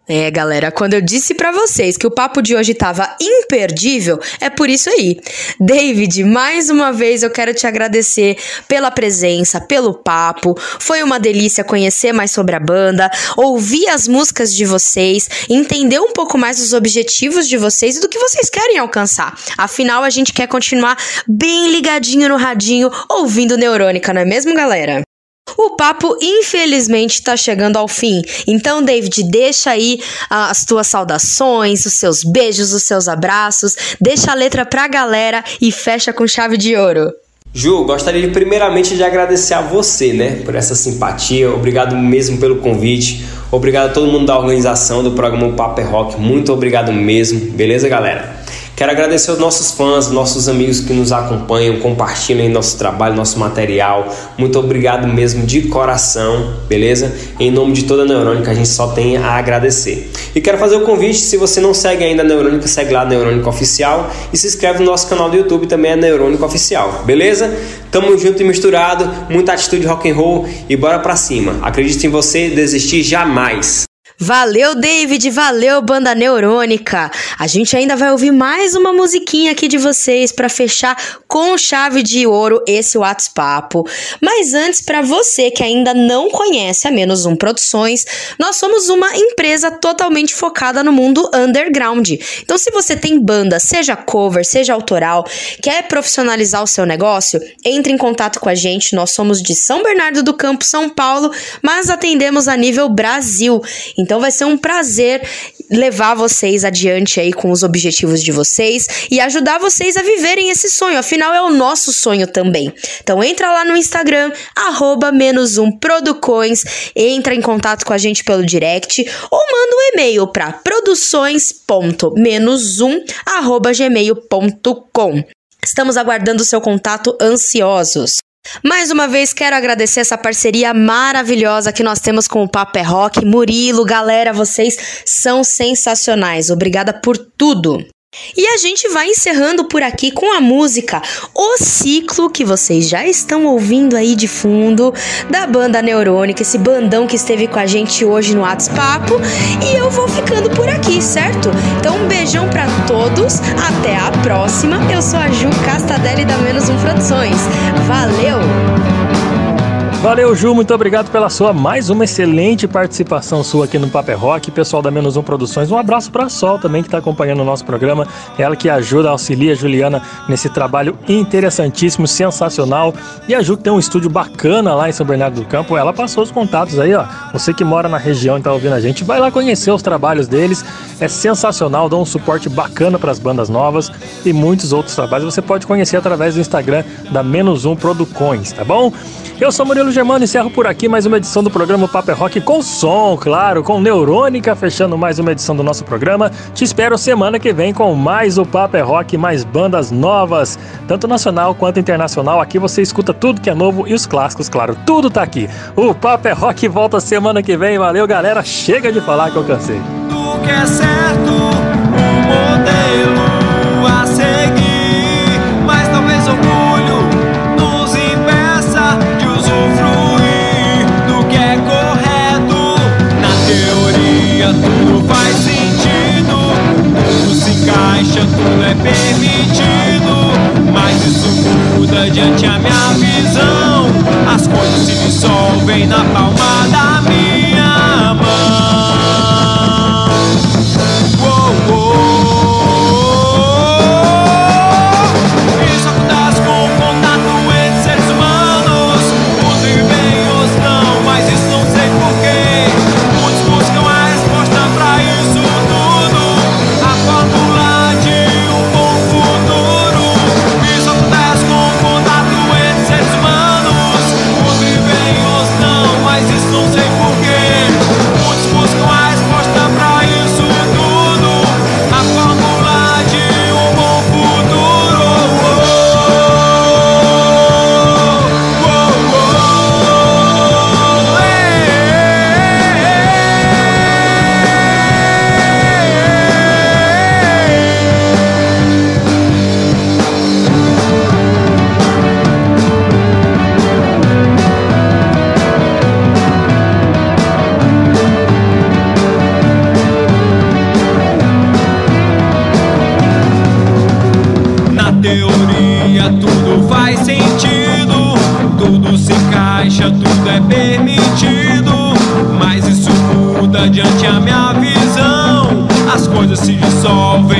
É, galera, quando eu disse pra vocês que o papo de hoje tava imperdível, é por isso aí. David, mais uma vez eu quero te agradecer pela presença, pelo papo. Foi uma delícia conhecer mais sobre a banda, ouvir as músicas de vocês, entender um pouco mais os objetivos de vocês e do que vocês querem alcançar. Afinal, a gente quer continuar bem ligadinho no radinho, ouvindo Neurônica, não é mesmo, galera? O papo, infelizmente, tá chegando ao fim. Então, David, deixa aí as tuas saudações, os seus beijos, os seus abraços. Deixa a letra pra galera e fecha com chave de ouro. Ju, gostaria primeiramente de agradecer a você, né, por essa simpatia. Obrigado mesmo pelo convite. Obrigado a todo mundo da organização do programa Papo é Rock. Muito obrigado mesmo. Beleza, galera? Quero agradecer aos nossos fãs, nossos amigos que nos acompanham, compartilhem nosso trabalho, nosso material. Muito obrigado mesmo de coração, beleza? Em nome de toda a Neurônica, a gente só tem a agradecer. E quero fazer o convite, se você não segue ainda a Neurônica, segue lá a Neurônica Oficial e se inscreve no nosso canal do YouTube, também é Neurônica Oficial, beleza? Tamo junto e misturado, muita atitude rock and roll e bora pra cima. Acredite em você, desistir jamais. Valeu, David, valeu, banda Neurônica. A gente ainda vai ouvir mais uma musiquinha aqui de vocês para fechar com chave de ouro esse WhatsApp. Mas antes, para você que ainda não conhece a Menos Um Produções, nós somos uma empresa totalmente focada no mundo underground. Então, se você tem banda, seja cover, seja autoral, quer profissionalizar o seu negócio, entre em contato com a gente. Nós somos de São Bernardo do Campo, São Paulo, mas atendemos a nível Brasil. Então vai ser um prazer levar vocês adiante aí com os objetivos de vocês e ajudar vocês a viverem esse sonho, afinal é o nosso sonho também. Então entra lá no Instagram, @menos1producoins, entra em contato com a gente pelo direct ou manda um e-mail para produções.menos1@gmail.com. Estamos aguardando o seu contato ansiosos. Mais uma vez quero agradecer essa parceria maravilhosa que nós temos com o Papo é Rock. Murilo, galera, vocês são sensacionais. Obrigada por tudo. E a gente vai encerrando por aqui com a música O Ciclo, que vocês já estão ouvindo aí de fundo, da banda Neurônica, esse bandão que esteve com a gente hoje no WhatsApp. E eu vou ficando por aqui, certo? Então um beijão pra todos, até a próxima. Eu sou a Ju Castadelli da Menos Um Produções. Valeu! Valeu, Ju, muito obrigado pela mais uma excelente participação sua aqui no Papo é Rock. Pessoal da Menos Um Produções, um abraço pra Sol também, que tá acompanhando o nosso programa. Ela que ajuda, auxilia a Juliana nesse trabalho interessantíssimo, sensacional. E a Ju que tem um estúdio bacana lá em São Bernardo do Campo, ela passou os contatos aí, ó. Você que mora na região e tá ouvindo a gente, vai lá conhecer os trabalhos deles. É sensacional, dá um suporte bacana pras bandas novas e muitos outros trabalhos. Você pode conhecer através do Instagram da Menos Um Produções, tá bom? Eu sou Murilo Germano, encerro por aqui mais uma edição do programa Papo é Rock com som, claro, com Neurônica, fechando mais uma edição do nosso programa. Te espero semana que vem com mais o Papo é Rock, mais bandas novas, tanto nacional quanto internacional. Aqui você escuta tudo que é novo e os clássicos, claro, tudo tá aqui. O Papo é Rock volta semana que vem. Valeu, galera, chega de falar que eu cansei. Tu que é certo, um modelo a seguir, mas talvez orgulho nos impeça de usufruir do que é correto. Na teoria tudo faz sentido, tudo se encaixa, tudo é permitido, mas isso muda diante a minha visão. As coisas se dissolvem na palma da minha mão. Isso acontece com o contato entre seres humanos. Uns vivem, outros não, mas isso não sei porquê. Muitos buscam a resposta pra isso tudo, a fórmula de um bom futuro. Isso acontece com o contato entre seres humanos. Uns vivem, outros não, mas isso não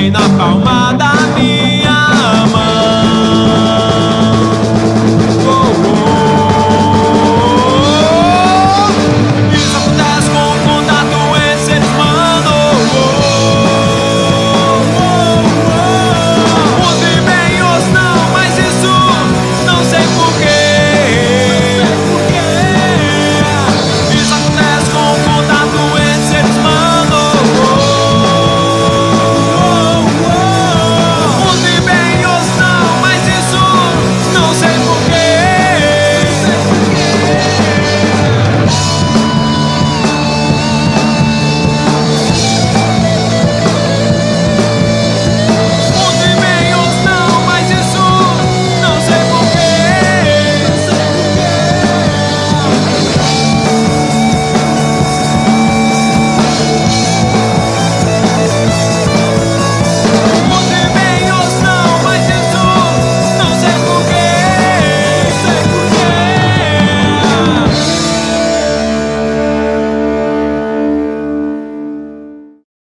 na palma.